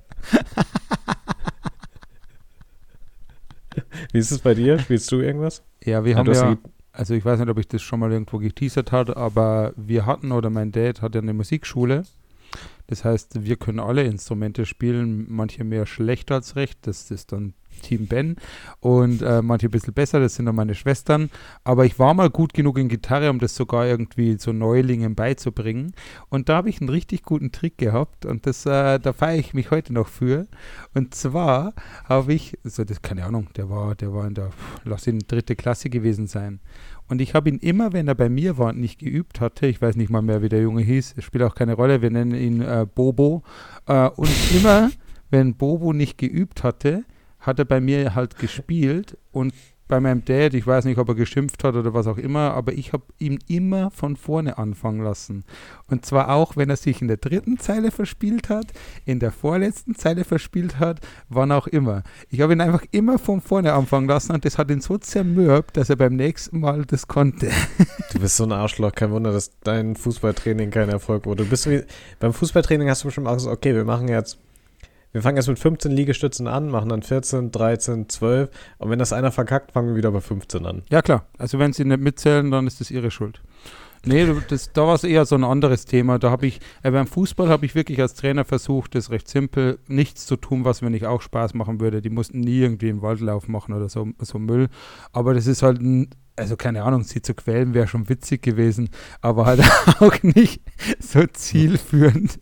Wie ist es bei dir? Spielst du irgendwas? Ja, wir Ja, haben du hast ja, die- also ich weiß nicht, ob ich das schon mal irgendwo geteasert habe, aber wir hatten, oder mein Dad hat ja eine Musikschule. Das heißt, wir können alle Instrumente spielen, manche mehr schlecht als recht, das ist dann Team Ben, und äh, manche ein bisschen besser, das sind dann meine Schwestern. Aber ich war mal gut genug in Gitarre, um das sogar irgendwie so Neulingen beizubringen. Und da habe ich einen richtig guten Trick gehabt und das, äh, da feiere ich mich heute noch für. Und zwar habe ich, so das keine Ahnung, der war, der war in der, lass ihn dritte Klasse gewesen sein. Und ich habe ihn immer, wenn er bei mir war und nicht geübt hatte, ich weiß nicht mal mehr, wie der Junge hieß, es spielt auch keine Rolle, wir nennen ihn äh, Bobo. Äh, und immer, wenn Bobo nicht geübt hatte, hat er bei mir halt gespielt und bei meinem Dad, ich weiß nicht, ob er geschimpft hat oder was auch immer, aber ich habe ihn immer von vorne anfangen lassen. Und zwar auch, wenn er sich in der dritten Zeile verspielt hat, in der vorletzten Zeile verspielt hat, wann auch immer. Ich habe ihn einfach immer von vorne anfangen lassen und das hat ihn so zermürbt, dass er beim nächsten Mal das konnte. Du bist so ein Arschloch, kein Wunder, dass dein Fußballtraining kein Erfolg wurde. Du bist wie, beim Fußballtraining hast du bestimmt auch gesagt, okay, wir machen jetzt Wir fangen jetzt mit fünfzehn Liegestützen an, machen dann vierzehn, dreizehn, zwölf und wenn das einer verkackt, fangen wir wieder bei fünfzehn an. Ja klar, also wenn sie nicht mitzählen, dann ist das ihre Schuld. Nee, das, da war es eher so ein anderes Thema. Da habe ich, äh, beim Fußball habe ich wirklich als Trainer versucht, das recht simpel, nichts zu tun, was mir nicht auch Spaß machen würde. Die mussten nie irgendwie im Waldlauf machen oder so, so Müll. Aber das ist halt ein, also keine Ahnung, sie zu quälen wäre schon witzig gewesen, aber halt auch nicht so zielführend.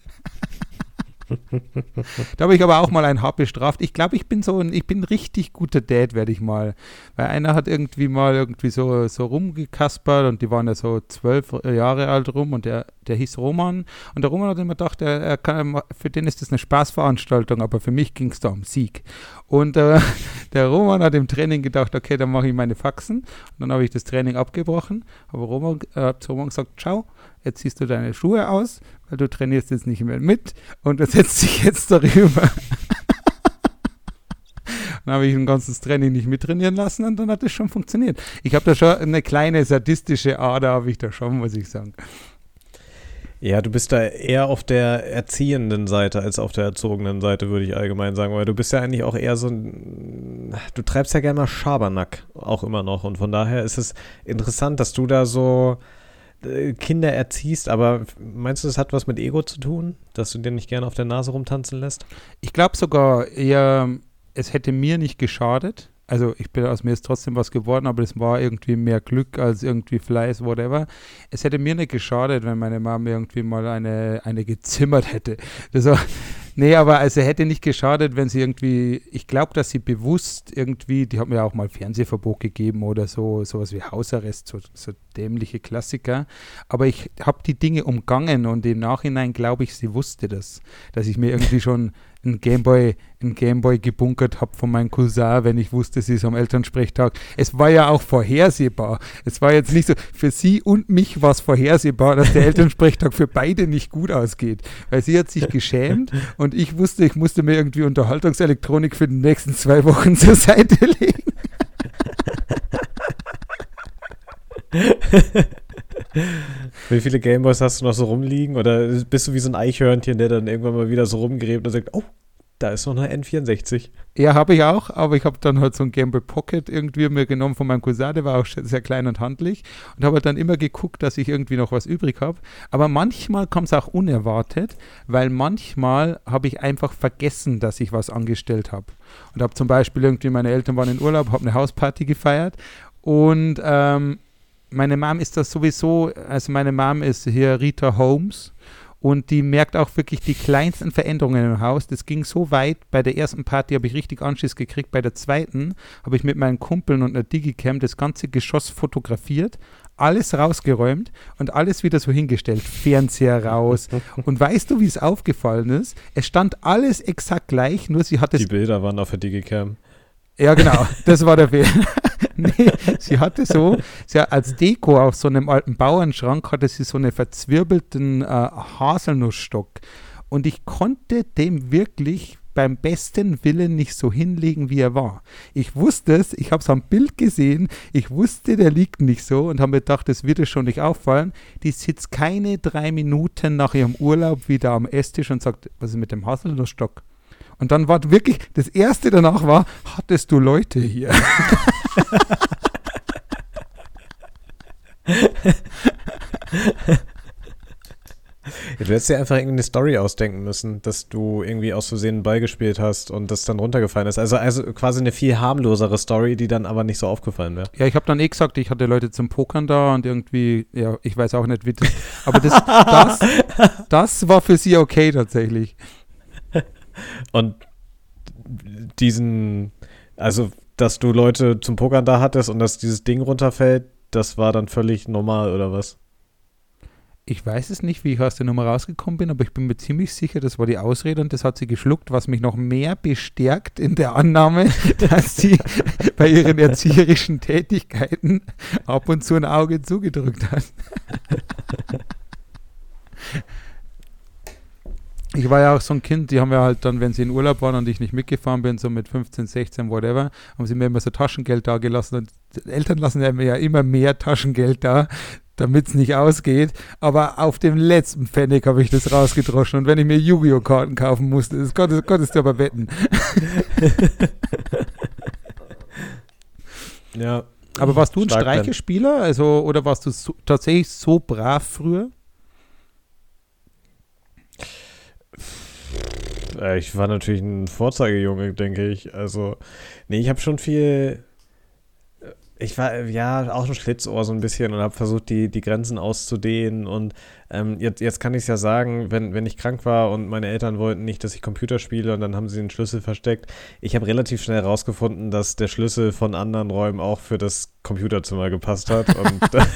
Da habe ich aber auch mal ein Haar bestraft. Ich glaube, ich bin so ein, ich bin ein richtig guter Dad, werde ich mal. Weil einer hat irgendwie mal irgendwie so, so rumgekaspert und die waren ja so zwölf Jahre alt rum und der, der hieß Roman. Und der Roman hat immer gedacht, er, er kann, für den ist das eine Spaßveranstaltung, aber für mich ging es da um Sieg. Und äh, der Roman hat im Training gedacht, okay, dann mache ich meine Faxen. Und dann habe ich das Training abgebrochen. Aber Roman, äh, zu Roman gesagt, ciao, jetzt ziehst du deine Schuhe aus, weil du trainierst jetzt nicht mehr mit und du setzt dich jetzt darüber. Dann habe ich ein ganzes Training nicht mittrainieren lassen und dann hat es schon funktioniert. Ich habe da schon eine kleine sadistische Ader, habe ich da schon, muss ich sagen. Ja, du bist da eher auf der erziehenden Seite als auf der erzogenen Seite, würde ich allgemein sagen, weil du bist ja eigentlich auch eher so ein, du treibst ja gerne mal Schabernack auch immer noch und von daher ist es interessant, dass du da so Kinder erziehst, aber meinst du, das hat was mit Ego zu tun, dass du dir nicht gerne auf der Nase rumtanzen lässt? Ich glaube sogar eher, es hätte mir nicht geschadet. Also ich bin aus mir ist trotzdem was geworden, aber es war irgendwie mehr Glück als irgendwie Fleiß, whatever. Es hätte mir nicht geschadet, wenn meine Mama irgendwie mal eine, eine gezimmert hätte. Das war, nee, aber also hätte nicht geschadet, wenn sie irgendwie, ich glaube, dass sie bewusst irgendwie, die hat mir auch mal Fernsehverbot gegeben oder so, sowas wie Hausarrest, so, so dämliche Klassiker. Aber ich habe die Dinge umgangen und im Nachhinein glaube ich, sie wusste das, dass ich mir irgendwie schon ein Gameboy, ein Gameboy gebunkert habe von meinem Cousin, wenn ich wusste, sie ist am Elternsprechtag. Es war ja auch vorhersehbar. Es war jetzt nicht so, für sie und mich war es vorhersehbar, dass der Elternsprechtag für beide nicht gut ausgeht. Weil sie hat sich geschämt und ich wusste, ich musste mir irgendwie Unterhaltungselektronik für die nächsten zwei Wochen zur Seite legen. Wie viele Gameboys hast du noch so rumliegen? Oder bist du wie so ein Eichhörnchen, der dann irgendwann mal wieder so rumgräbt und sagt, oh, da ist noch eine N vierundsechzig. Ja, habe ich auch, aber ich habe dann halt so ein Game Boy Pocket irgendwie mir genommen von meinem Cousin, der war auch sehr klein und handlich und habe halt dann immer geguckt, dass ich irgendwie noch was übrig habe. Aber manchmal kommt es auch unerwartet, weil manchmal habe ich einfach vergessen, dass ich was angestellt habe. Und habe zum Beispiel irgendwie, meine Eltern waren in Urlaub, habe eine Hausparty gefeiert und ähm, meine Mom ist das sowieso, also meine Mom ist hier Rita Holmes und die merkt auch wirklich die kleinsten Veränderungen im Haus. Das ging so weit, bei der ersten Party habe ich richtig Anschiss gekriegt, bei der zweiten habe ich mit meinen Kumpeln und einer Digicam das ganze Geschoss fotografiert, alles rausgeräumt und alles wieder so hingestellt, Fernseher raus. Und weißt du, wie es aufgefallen ist? Es stand alles exakt gleich, nur sie hat es... Die Bilder waren auf der Digicam. Ja, genau, das war der Fehler. Nee, sie hatte so, sie hat als Deko auf so einem alten Bauernschrank hatte sie so einen verzwirbelten äh, Haselnussstock und ich konnte dem wirklich beim besten Willen nicht so hinlegen, wie er war. Ich wusste es, ich habe es am Bild gesehen, ich wusste, der liegt nicht so und habe mir gedacht, das wird dir schon nicht auffallen. Die sitzt keine drei Minuten nach ihrem Urlaub wieder am Esstisch und sagt, was ist mit dem Haselnussstock? Und dann war wirklich, das Erste danach war, hattest du Leute hier? Du hättest dir einfach irgendeine Story ausdenken müssen, dass du irgendwie aus Versehen einen Ball gespielt hast und das dann runtergefallen ist. Also, also quasi eine viel harmlosere Story, die dann aber nicht so aufgefallen wäre. Ja, ich habe dann eh gesagt, ich hatte Leute zum Pokern da und irgendwie, ja, ich weiß auch nicht, wie das, aber das, das, das war für sie okay tatsächlich. Und diesen, also, dass du Leute zum Pokern da hattest und dass dieses Ding runterfällt, das war dann völlig normal, oder was? Ich weiß es nicht, wie ich aus der Nummer rausgekommen bin, aber ich bin mir ziemlich sicher, das war die Ausrede und das hat sie geschluckt, was mich noch mehr bestärkt in der Annahme, dass sie bei ihren erzieherischen Tätigkeiten ab und zu ein Auge zugedrückt hat. Ich war ja auch so ein Kind, die haben ja halt dann, wenn sie in Urlaub waren und ich nicht mitgefahren bin, so mit fünfzehn, sechzehn, whatever, haben sie mir immer so Taschengeld da gelassen und Eltern lassen mir ja immer mehr Taschengeld da, damit es nicht ausgeht, aber auf dem letzten Pfennig habe ich das rausgedroschen und wenn ich mir Yu-Gi-Oh! Karten kaufen musste, das konntest, konntest du aber wetten. Ja. Aber warst du ein Stark, Streichespieler, also, oder warst du so, tatsächlich so brav früher? Ich war natürlich ein Vorzeigejunge, denke ich. Also, nee, ich habe schon viel, ich war, ja, auch ein Schlitzohr so ein bisschen und habe versucht, die, die Grenzen auszudehnen und ähm, jetzt, jetzt kann ich es ja sagen, wenn, wenn ich krank war und meine Eltern wollten nicht, dass ich Computer spiele und dann haben sie den Schlüssel versteckt. Ich habe relativ schnell herausgefunden, dass der Schlüssel von anderen Räumen auch für das Computerzimmer gepasst hat und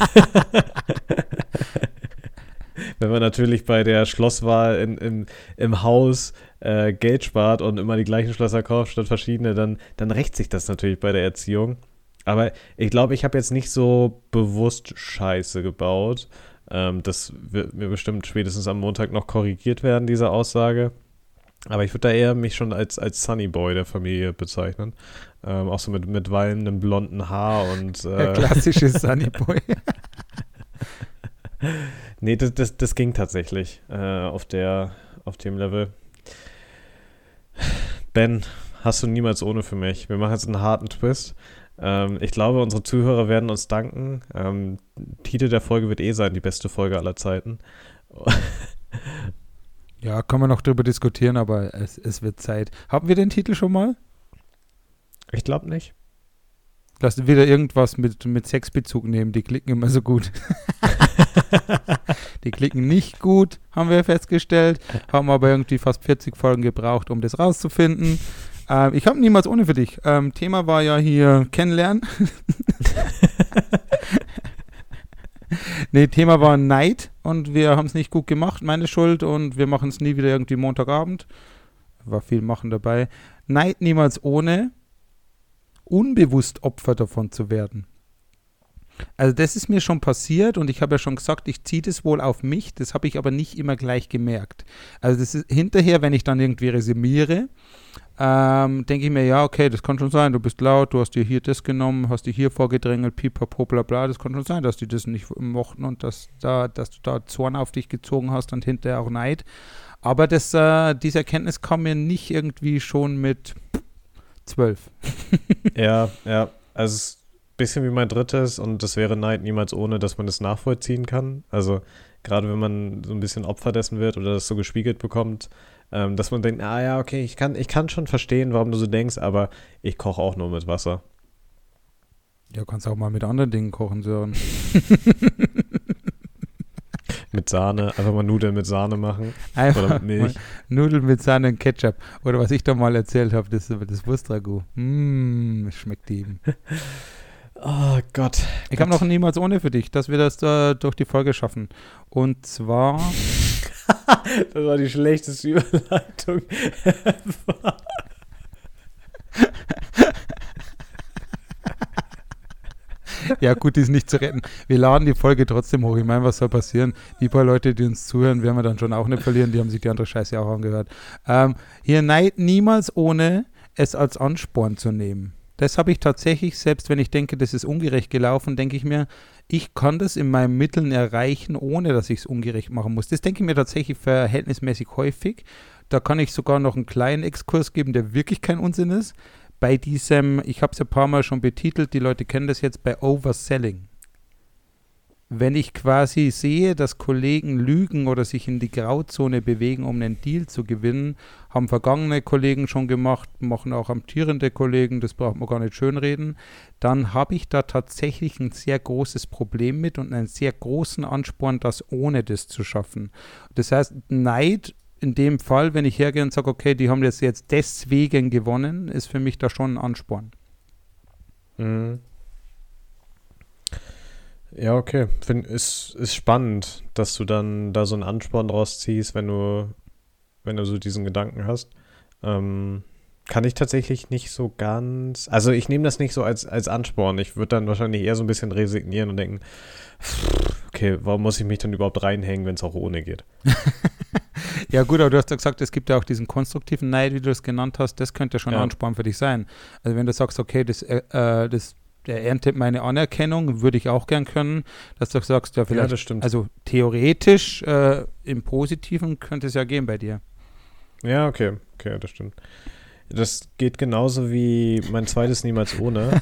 wenn man natürlich bei der Schlosswahl in, in, im Haus äh, Geld spart und immer die gleichen Schlösser kauft statt verschiedene, dann, dann rächt sich das natürlich bei der Erziehung. Aber ich glaube, ich habe jetzt nicht so bewusst Scheiße gebaut. Ähm, das wird mir bestimmt spätestens am Montag noch korrigiert werden, diese Aussage. Aber ich würde da eher mich schon als, als Sunny Boy der Familie bezeichnen. Ähm, auch so mit, mit wallendem blonden Haar und äh, Der klassische Sunny Boy. Nee, das, das, das ging tatsächlich äh, auf, der, auf dem Level. Ben, hast du niemals ohne für mich. Wir machen jetzt einen harten Twist. Ähm, ich glaube, unsere Zuhörer werden uns danken. Ähm, Titel der Folge wird eh sein, die beste Folge aller Zeiten. Ja, kann man noch drüber diskutieren, aber es, es wird Zeit. Haben wir den Titel schon mal? Ich glaube nicht. Lass wieder irgendwas mit, mit Sexbezug nehmen, die klicken immer so gut. Die klicken nicht gut, haben wir festgestellt, haben aber irgendwie fast vierzig Folgen gebraucht, um das rauszufinden. Ähm, ich habe niemals ohne für dich. Ähm, Thema war ja hier Kennenlernen. Nee, Thema war Neid und wir haben es nicht gut gemacht, meine Schuld und wir machen es nie wieder irgendwie Montagabend. War viel Machen dabei. Neid niemals ohne, unbewusst Opfer davon zu werden. Also das ist mir schon passiert und ich habe ja schon gesagt, ich ziehe das wohl auf mich, das habe ich aber nicht immer gleich gemerkt. Also das ist hinterher, wenn ich dann irgendwie resümiere, ähm, denke ich mir, ja, okay, das kann schon sein, du bist laut, du hast dir hier das genommen, hast dir hier vorgedrängelt, pipapo, bla bla, das kann schon sein, dass die das nicht mochten und dass, da, dass du da Zorn auf dich gezogen hast und hinterher auch Neid. Aber das, äh, diese Erkenntnis kam mir nicht irgendwie schon mit zwölf. Ja, ja, also es ist ein bisschen wie mein drittes und das wäre Neid niemals ohne, dass man es nachvollziehen kann. Also gerade wenn man so ein bisschen Opfer dessen wird oder das so gespiegelt bekommt, ähm, dass man denkt, ah ja, okay, ich kann, ich kann schon verstehen, warum du so denkst, aber ich koche auch nur mit Wasser. Ja, kannst auch mal mit anderen Dingen kochen, Sören. Mit Sahne, einfach mal Nudeln mit Sahne machen. Einfach oder mit Milch. Nudeln mit Sahne und Ketchup. Oder was ich da mal erzählt habe, das, das Wurstragout. Mmh, schmeckt ihm. Oh Gott. Ich habe noch ein Niemals ohne für dich, dass wir das da durch die Folge schaffen. Und zwar... Das war die schlechteste Überleitung ever. Ja gut, die ist nicht zu retten. Wir laden die Folge trotzdem hoch. Ich meine, was soll passieren? Die paar Leute, die uns zuhören, werden wir dann schon auch nicht verlieren. Die haben sich die andere Scheiße auch angehört. Ähm, hier Neid niemals ohne es als Ansporn zu nehmen. Das habe ich tatsächlich, selbst wenn ich denke, das ist ungerecht gelaufen, denke ich mir, ich kann das in meinen Mitteln erreichen, ohne dass ich es ungerecht machen muss. Das denke ich mir tatsächlich verhältnismäßig häufig. Da kann ich sogar noch einen kleinen Exkurs geben, der wirklich kein Unsinn ist. Bei diesem, ich habe es ein paar Mal schon betitelt, die Leute kennen das jetzt, bei Overselling. Wenn ich quasi sehe, dass Kollegen lügen oder sich in die Grauzone bewegen, um einen Deal zu gewinnen, haben vergangene Kollegen schon gemacht, machen auch amtierende Kollegen, das braucht man gar nicht schönreden, dann habe ich da tatsächlich ein sehr großes Problem mit und einen sehr großen Ansporn, das ohne das zu schaffen. Das heißt, Neid in dem Fall, wenn ich hergehe und sage, okay, die haben das jetzt deswegen gewonnen, ist für mich da schon ein Ansporn. Mhm. Ja, okay. Find, ist, ist spannend, dass du dann da so einen Ansporn draus ziehst, wenn du, wenn du so diesen Gedanken hast. Ähm, kann ich tatsächlich nicht so ganz, also ich nehme das nicht so als, als Ansporn. Ich würde dann wahrscheinlich eher so ein bisschen resignieren und denken, okay, warum muss ich mich dann überhaupt reinhängen, wenn es auch ohne geht? Ja gut, aber du hast ja gesagt, es gibt ja auch diesen konstruktiven Neid, wie du es genannt hast, das könnte schon Ja. ein Ansporn für dich sein. Also wenn du sagst, okay, das, äh, das der erntet meine Anerkennung, würde ich auch gern können, dass du sagst, ja vielleicht, Ja, das stimmt. also theoretisch äh, im Positiven könnte es ja gehen bei dir. Ja, okay, okay, das stimmt. Das geht genauso wie mein zweites Niemals ohne.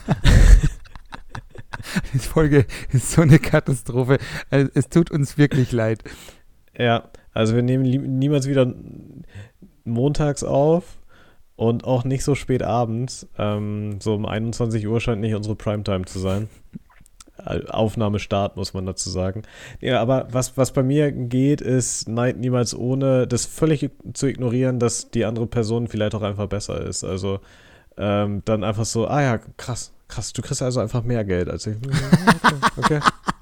Die Folge ist so eine Katastrophe. Also, es tut uns wirklich leid. Ja, also wir nehmen li- niemals wieder montags auf und auch nicht so spät abends. Ähm, so um einundzwanzig Uhr scheint nicht unsere Primetime zu sein. Aufnahmestart, muss man dazu sagen. Ja, aber was, was bei mir geht, ist Neid niemals ohne das völlig zu ignorieren, dass die andere Person vielleicht auch einfach besser ist. Also ähm, dann einfach so, ah ja, krass, krass, du kriegst also einfach mehr Geld als ich. Okay, okay.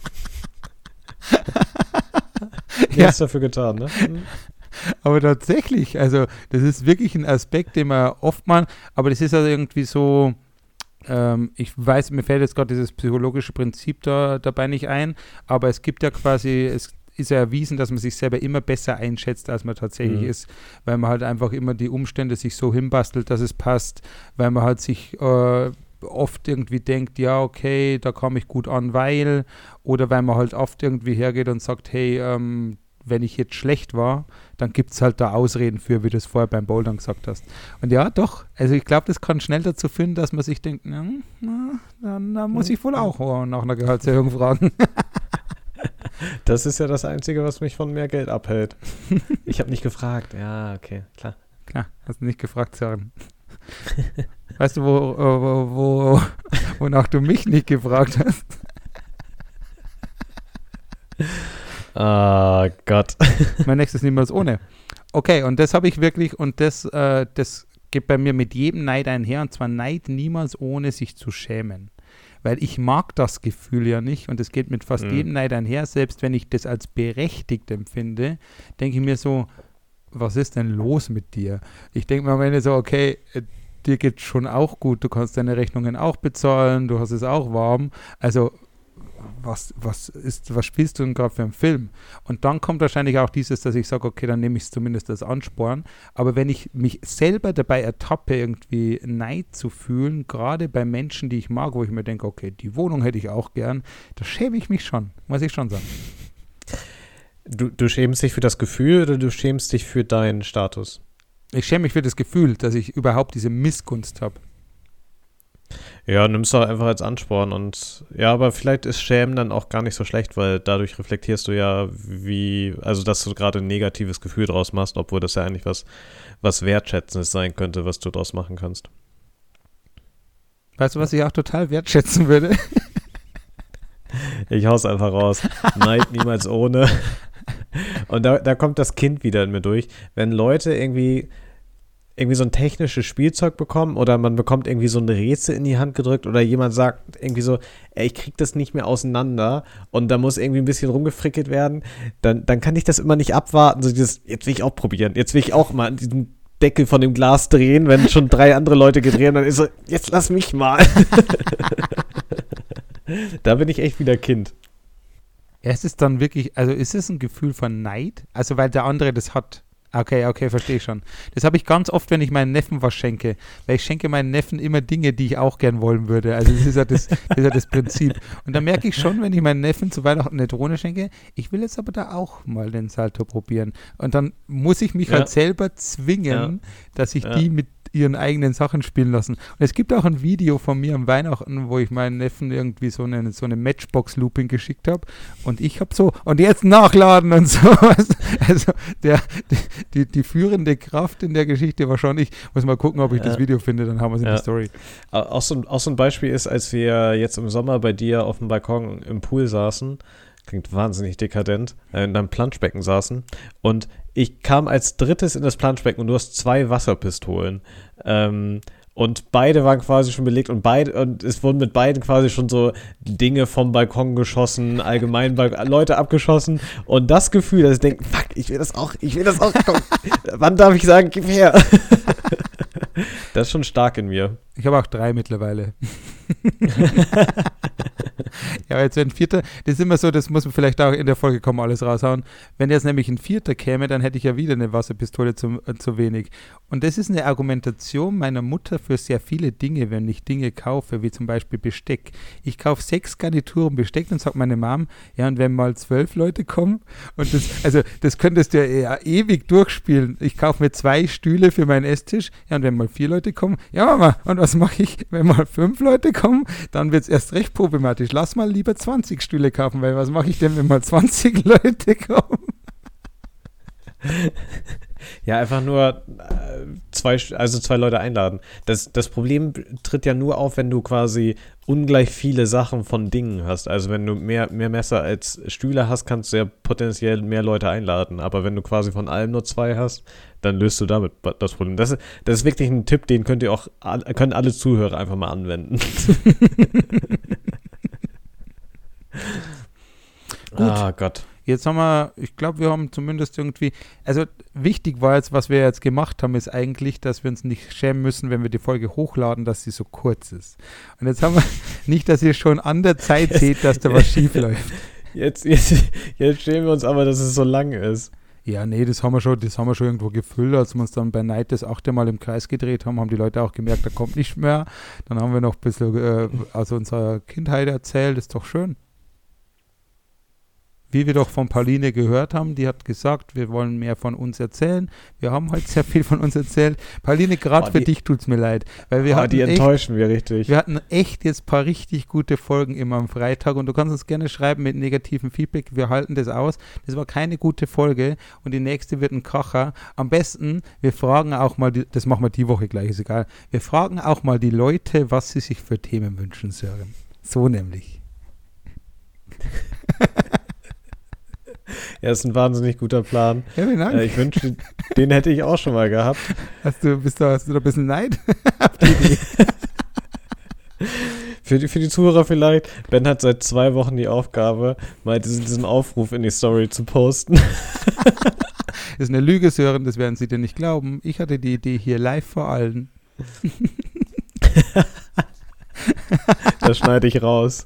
Ja. Nichts dafür getan, ne? Aber tatsächlich, also das ist wirklich ein Aspekt, den man oft mal, aber das ist also irgendwie so, ähm, ich weiß, mir fällt jetzt gerade dieses psychologische Prinzip da, dabei nicht ein, aber es gibt ja quasi, es ist ja erwiesen, dass man sich selber immer besser einschätzt, als man tatsächlich Mhm. ist, weil man halt einfach immer die Umstände sich so hinbastelt, dass es passt, weil man halt sich äh, oft irgendwie denkt, ja, okay, da komme ich gut an, weil, oder weil man halt oft irgendwie hergeht und sagt, hey, ähm, wenn ich jetzt schlecht war, dann gibt es halt da Ausreden für, wie du es vorher beim Bouldern gesagt hast. Und ja, doch, also ich glaube, das kann schnell dazu führen, dass man sich denkt, na, na, dann, dann muss ich wohl auch nach einer Gehaltserhöhung fragen. Das ist ja das Einzige, was mich von mehr Geld abhält. Ich habe nicht gefragt. Ja, okay, klar. Klar, hast du nicht gefragt, Sören. Weißt du, wo, wo, wo, wonach du mich nicht gefragt hast? Ah, Gott. Mein nächstes niemals ohne. Okay, und das habe ich wirklich, und das, äh, das geht bei mir mit jedem Neid einher, und zwar Neid niemals ohne sich zu schämen. Weil ich mag das Gefühl ja nicht, und es geht mit fast Mhm. jedem Neid einher, selbst wenn ich das als berechtigt empfinde, denke ich mir so, was ist denn los mit dir? Ich denke mir am Ende so, okay, äh, dir geht schon auch gut, du kannst deine Rechnungen auch bezahlen, du hast es auch warm, also was, was, ist, was spielst du denn gerade für einen Film? Und dann kommt wahrscheinlich auch dieses, dass ich sage, okay, dann nehme ich es zumindest als Ansporn. Aber wenn ich mich selber dabei ertappe, irgendwie Neid zu fühlen, gerade bei Menschen, die ich mag, wo ich mir denke, okay, die Wohnung hätte ich auch gern, da schäme ich mich schon, muss ich schon sagen. Du, du schämst dich für das Gefühl oder du schämst dich für deinen Status? Ich schäme mich für das Gefühl, dass ich überhaupt diese Missgunst habe. Ja, nimmst du einfach als Ansporn und ja, aber vielleicht ist Schämen dann auch gar nicht so schlecht, weil dadurch reflektierst du ja, wie, also dass du gerade ein negatives Gefühl draus machst, obwohl das ja eigentlich was, was Wertschätzendes sein könnte, was du draus machen kannst. Weißt du, was ich auch total wertschätzen würde? Ich hau's einfach raus. Neid niemals ohne. Und da, da kommt das Kind wieder in mir durch. Wenn Leute irgendwie irgendwie so ein technisches Spielzeug bekommen oder man bekommt irgendwie so ein Rätsel in die Hand gedrückt oder jemand sagt irgendwie so, ey, ich krieg das nicht mehr auseinander und da muss irgendwie ein bisschen rumgefrickelt werden, dann, dann kann ich das immer nicht abwarten. So dieses, jetzt will ich auch probieren, jetzt will ich auch mal an diesem Deckel von dem Glas drehen, wenn schon drei andere Leute gedreht haben, dann ist so, jetzt lass mich mal. Da bin ich echt wieder Kind. Es ist dann wirklich, also ist es ein Gefühl von Neid? Also weil der andere das hat. Okay, okay, verstehe ich schon. Das habe ich ganz oft, wenn ich meinen Neffen was schenke. Weil ich schenke meinen Neffen immer Dinge, die ich auch gern wollen würde. Also das ist ja das, das, ist ja das Prinzip. Und da merke ich schon, wenn ich meinen Neffen zu Weihnachten eine Drohne schenke, ich will jetzt aber da auch mal den Salto probieren. Und dann muss ich mich Ja. halt selber zwingen, Ja. dass ich Ja. die mit ihren eigenen Sachen spielen lassen. Und es gibt auch ein Video von mir am Weihnachten, wo ich meinen Neffen irgendwie so eine, so eine Matchbox-Looping geschickt habe und ich habe so, und jetzt nachladen und so. Also der, die, die, die führende Kraft in der Geschichte wahrscheinlich, muss mal gucken, ob ich Ja. das Video finde, dann haben wir es in Ja. der Story. Auch so, ein- auch so ein Beispiel ist, als wir jetzt im Sommer bei dir auf dem Balkon im Pool saßen, klingt wahnsinnig dekadent, äh, in deinem Planschbecken saßen und ich kam als drittes in das Planschbecken und du hast zwei Wasserpistolen. Ähm, und beide waren quasi schon belegt und beide und es wurden mit beiden quasi schon so Dinge vom Balkon geschossen, allgemein Balk- Leute abgeschossen und das Gefühl, dass ich denke, fuck, ich will das auch, ich will das auch, komm, wann darf ich sagen, gib her? Das ist schon stark in mir. Ich habe auch drei mittlerweile. Ja, aber jetzt wenn ein Vierter, das ist immer so, das muss man vielleicht auch in der Folge kommen, alles raushauen. Wenn jetzt nämlich ein Vierter käme, dann hätte ich ja wieder eine Wasserpistole zu, äh, zu wenig. Und das ist eine Argumentation meiner Mutter für sehr viele Dinge, wenn ich Dinge kaufe, wie zum Beispiel Besteck. Ich kaufe sechs Garnituren Besteck, dann sagt meine Mom, ja, und wenn mal zwölf Leute kommen, und das, also das könntest du ja, ja ewig durchspielen. Ich kaufe mir zwei Stühle für meinen Esstisch, ja, und wenn mal vier Leute kommen, ja, Mama, und was mache ich, wenn mal fünf Leute kommen, dann wird es erst recht problematisch. Lass mal lieber zwanzig Stühle kaufen, weil was mache ich denn, wenn mal zwanzig Leute kommen? Ja, einfach nur äh, zwei, also zwei Leute einladen. Das, das Problem tritt ja nur auf, wenn du quasi ungleich viele Sachen von Dingen hast. Also wenn du mehr, mehr Messer als Stühle hast, kannst du ja potenziell mehr Leute einladen. Aber wenn du quasi von allem nur zwei hast, dann löst du damit das Problem. Das, das ist wirklich ein Tipp, den könnt ihr auch, können alle Zuhörer einfach mal anwenden. Gut. Ah Gott. Jetzt haben wir, ich glaube, wir haben zumindest irgendwie, also wichtig war jetzt, was wir jetzt gemacht haben, ist eigentlich, dass wir uns nicht schämen müssen, wenn wir die Folge hochladen, dass sie so kurz ist. Und jetzt haben wir, nicht, dass ihr schon an der Zeit seht, dass da was schief läuft. Jetzt, jetzt, jetzt schämen wir uns aber, dass es so lang ist. Ja, nee, das haben wir schon, das haben wir schon irgendwo gefüllt, als wir uns dann bei Night das achte Mal im Kreis gedreht haben, haben die Leute auch gemerkt, da kommt nicht mehr. Dann haben wir noch ein bisschen äh, aus unserer Kindheit erzählt, ist doch schön. Wie wir doch von Pauline gehört haben, die hat gesagt, wir wollen mehr von uns erzählen. Wir haben heute sehr viel von uns erzählt. Pauline, gerade Oh, für die- dich tut's mir leid, weil wir Oh, hatten die echt, enttäuschen wir richtig. wir hatten echt jetzt ein paar richtig gute Folgen immer am Freitag und du kannst uns gerne schreiben mit negativem Feedback. Wir halten das aus. Das war keine gute Folge und die nächste wird ein Kracher. Am besten, wir fragen auch mal, die, das machen wir die Woche gleich, ist egal. Wir fragen auch mal die Leute, was sie sich für Themen wünschen, Sören. So nämlich. Ja, ist ein wahnsinnig guter Plan. Ja, vielen Dank. Äh, ich wünschte, den hätte ich auch schon mal gehabt. Hast du, bist du, hast du da ein bisschen Neid? Auf die Idee. Für die, für die Zuhörer vielleicht, Ben hat seit zwei Wochen die Aufgabe, mal diesen, diesen Aufruf in die Story zu posten. Das ist eine Lüge, Sören, das werden Sie dir nicht glauben. Ich hatte die Idee hier live vor allen. Das schneide ich raus.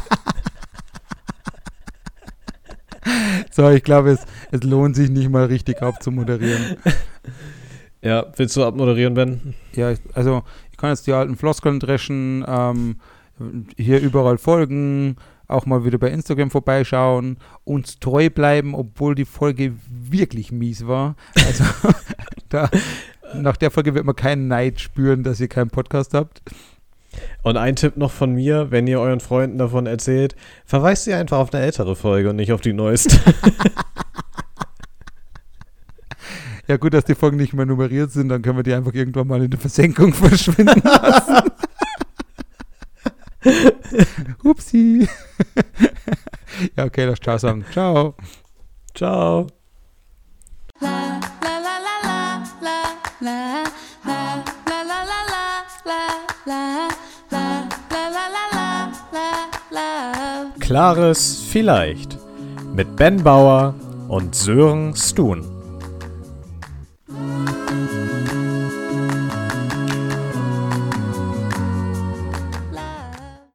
So, ich glaube, es, es lohnt sich nicht mal richtig abzumoderieren. Ja, willst du abmoderieren, Ben? Ja, ich, also ich kann jetzt die alten Floskeln dreschen, ähm, hier überall folgen, auch mal wieder bei Instagram vorbeischauen, uns treu bleiben, obwohl die Folge wirklich mies war. Also da, nach der Folge wird man keinen Neid spüren, dass ihr keinen Podcast habt. Und ein Tipp noch von mir, wenn ihr euren Freunden davon erzählt, verweist sie einfach auf eine ältere Folge und nicht auf die neueste. Ja gut, dass die Folgen nicht mehr nummeriert sind, dann können wir die einfach irgendwann mal in der Versenkung verschwinden lassen. Upsi. Ja, okay, das Ciao sagen. Ciao. Ciao. La la la la la la la la la la la la la la la la la la. Klares Vielleicht mit Ben Bauer und Sören Stun.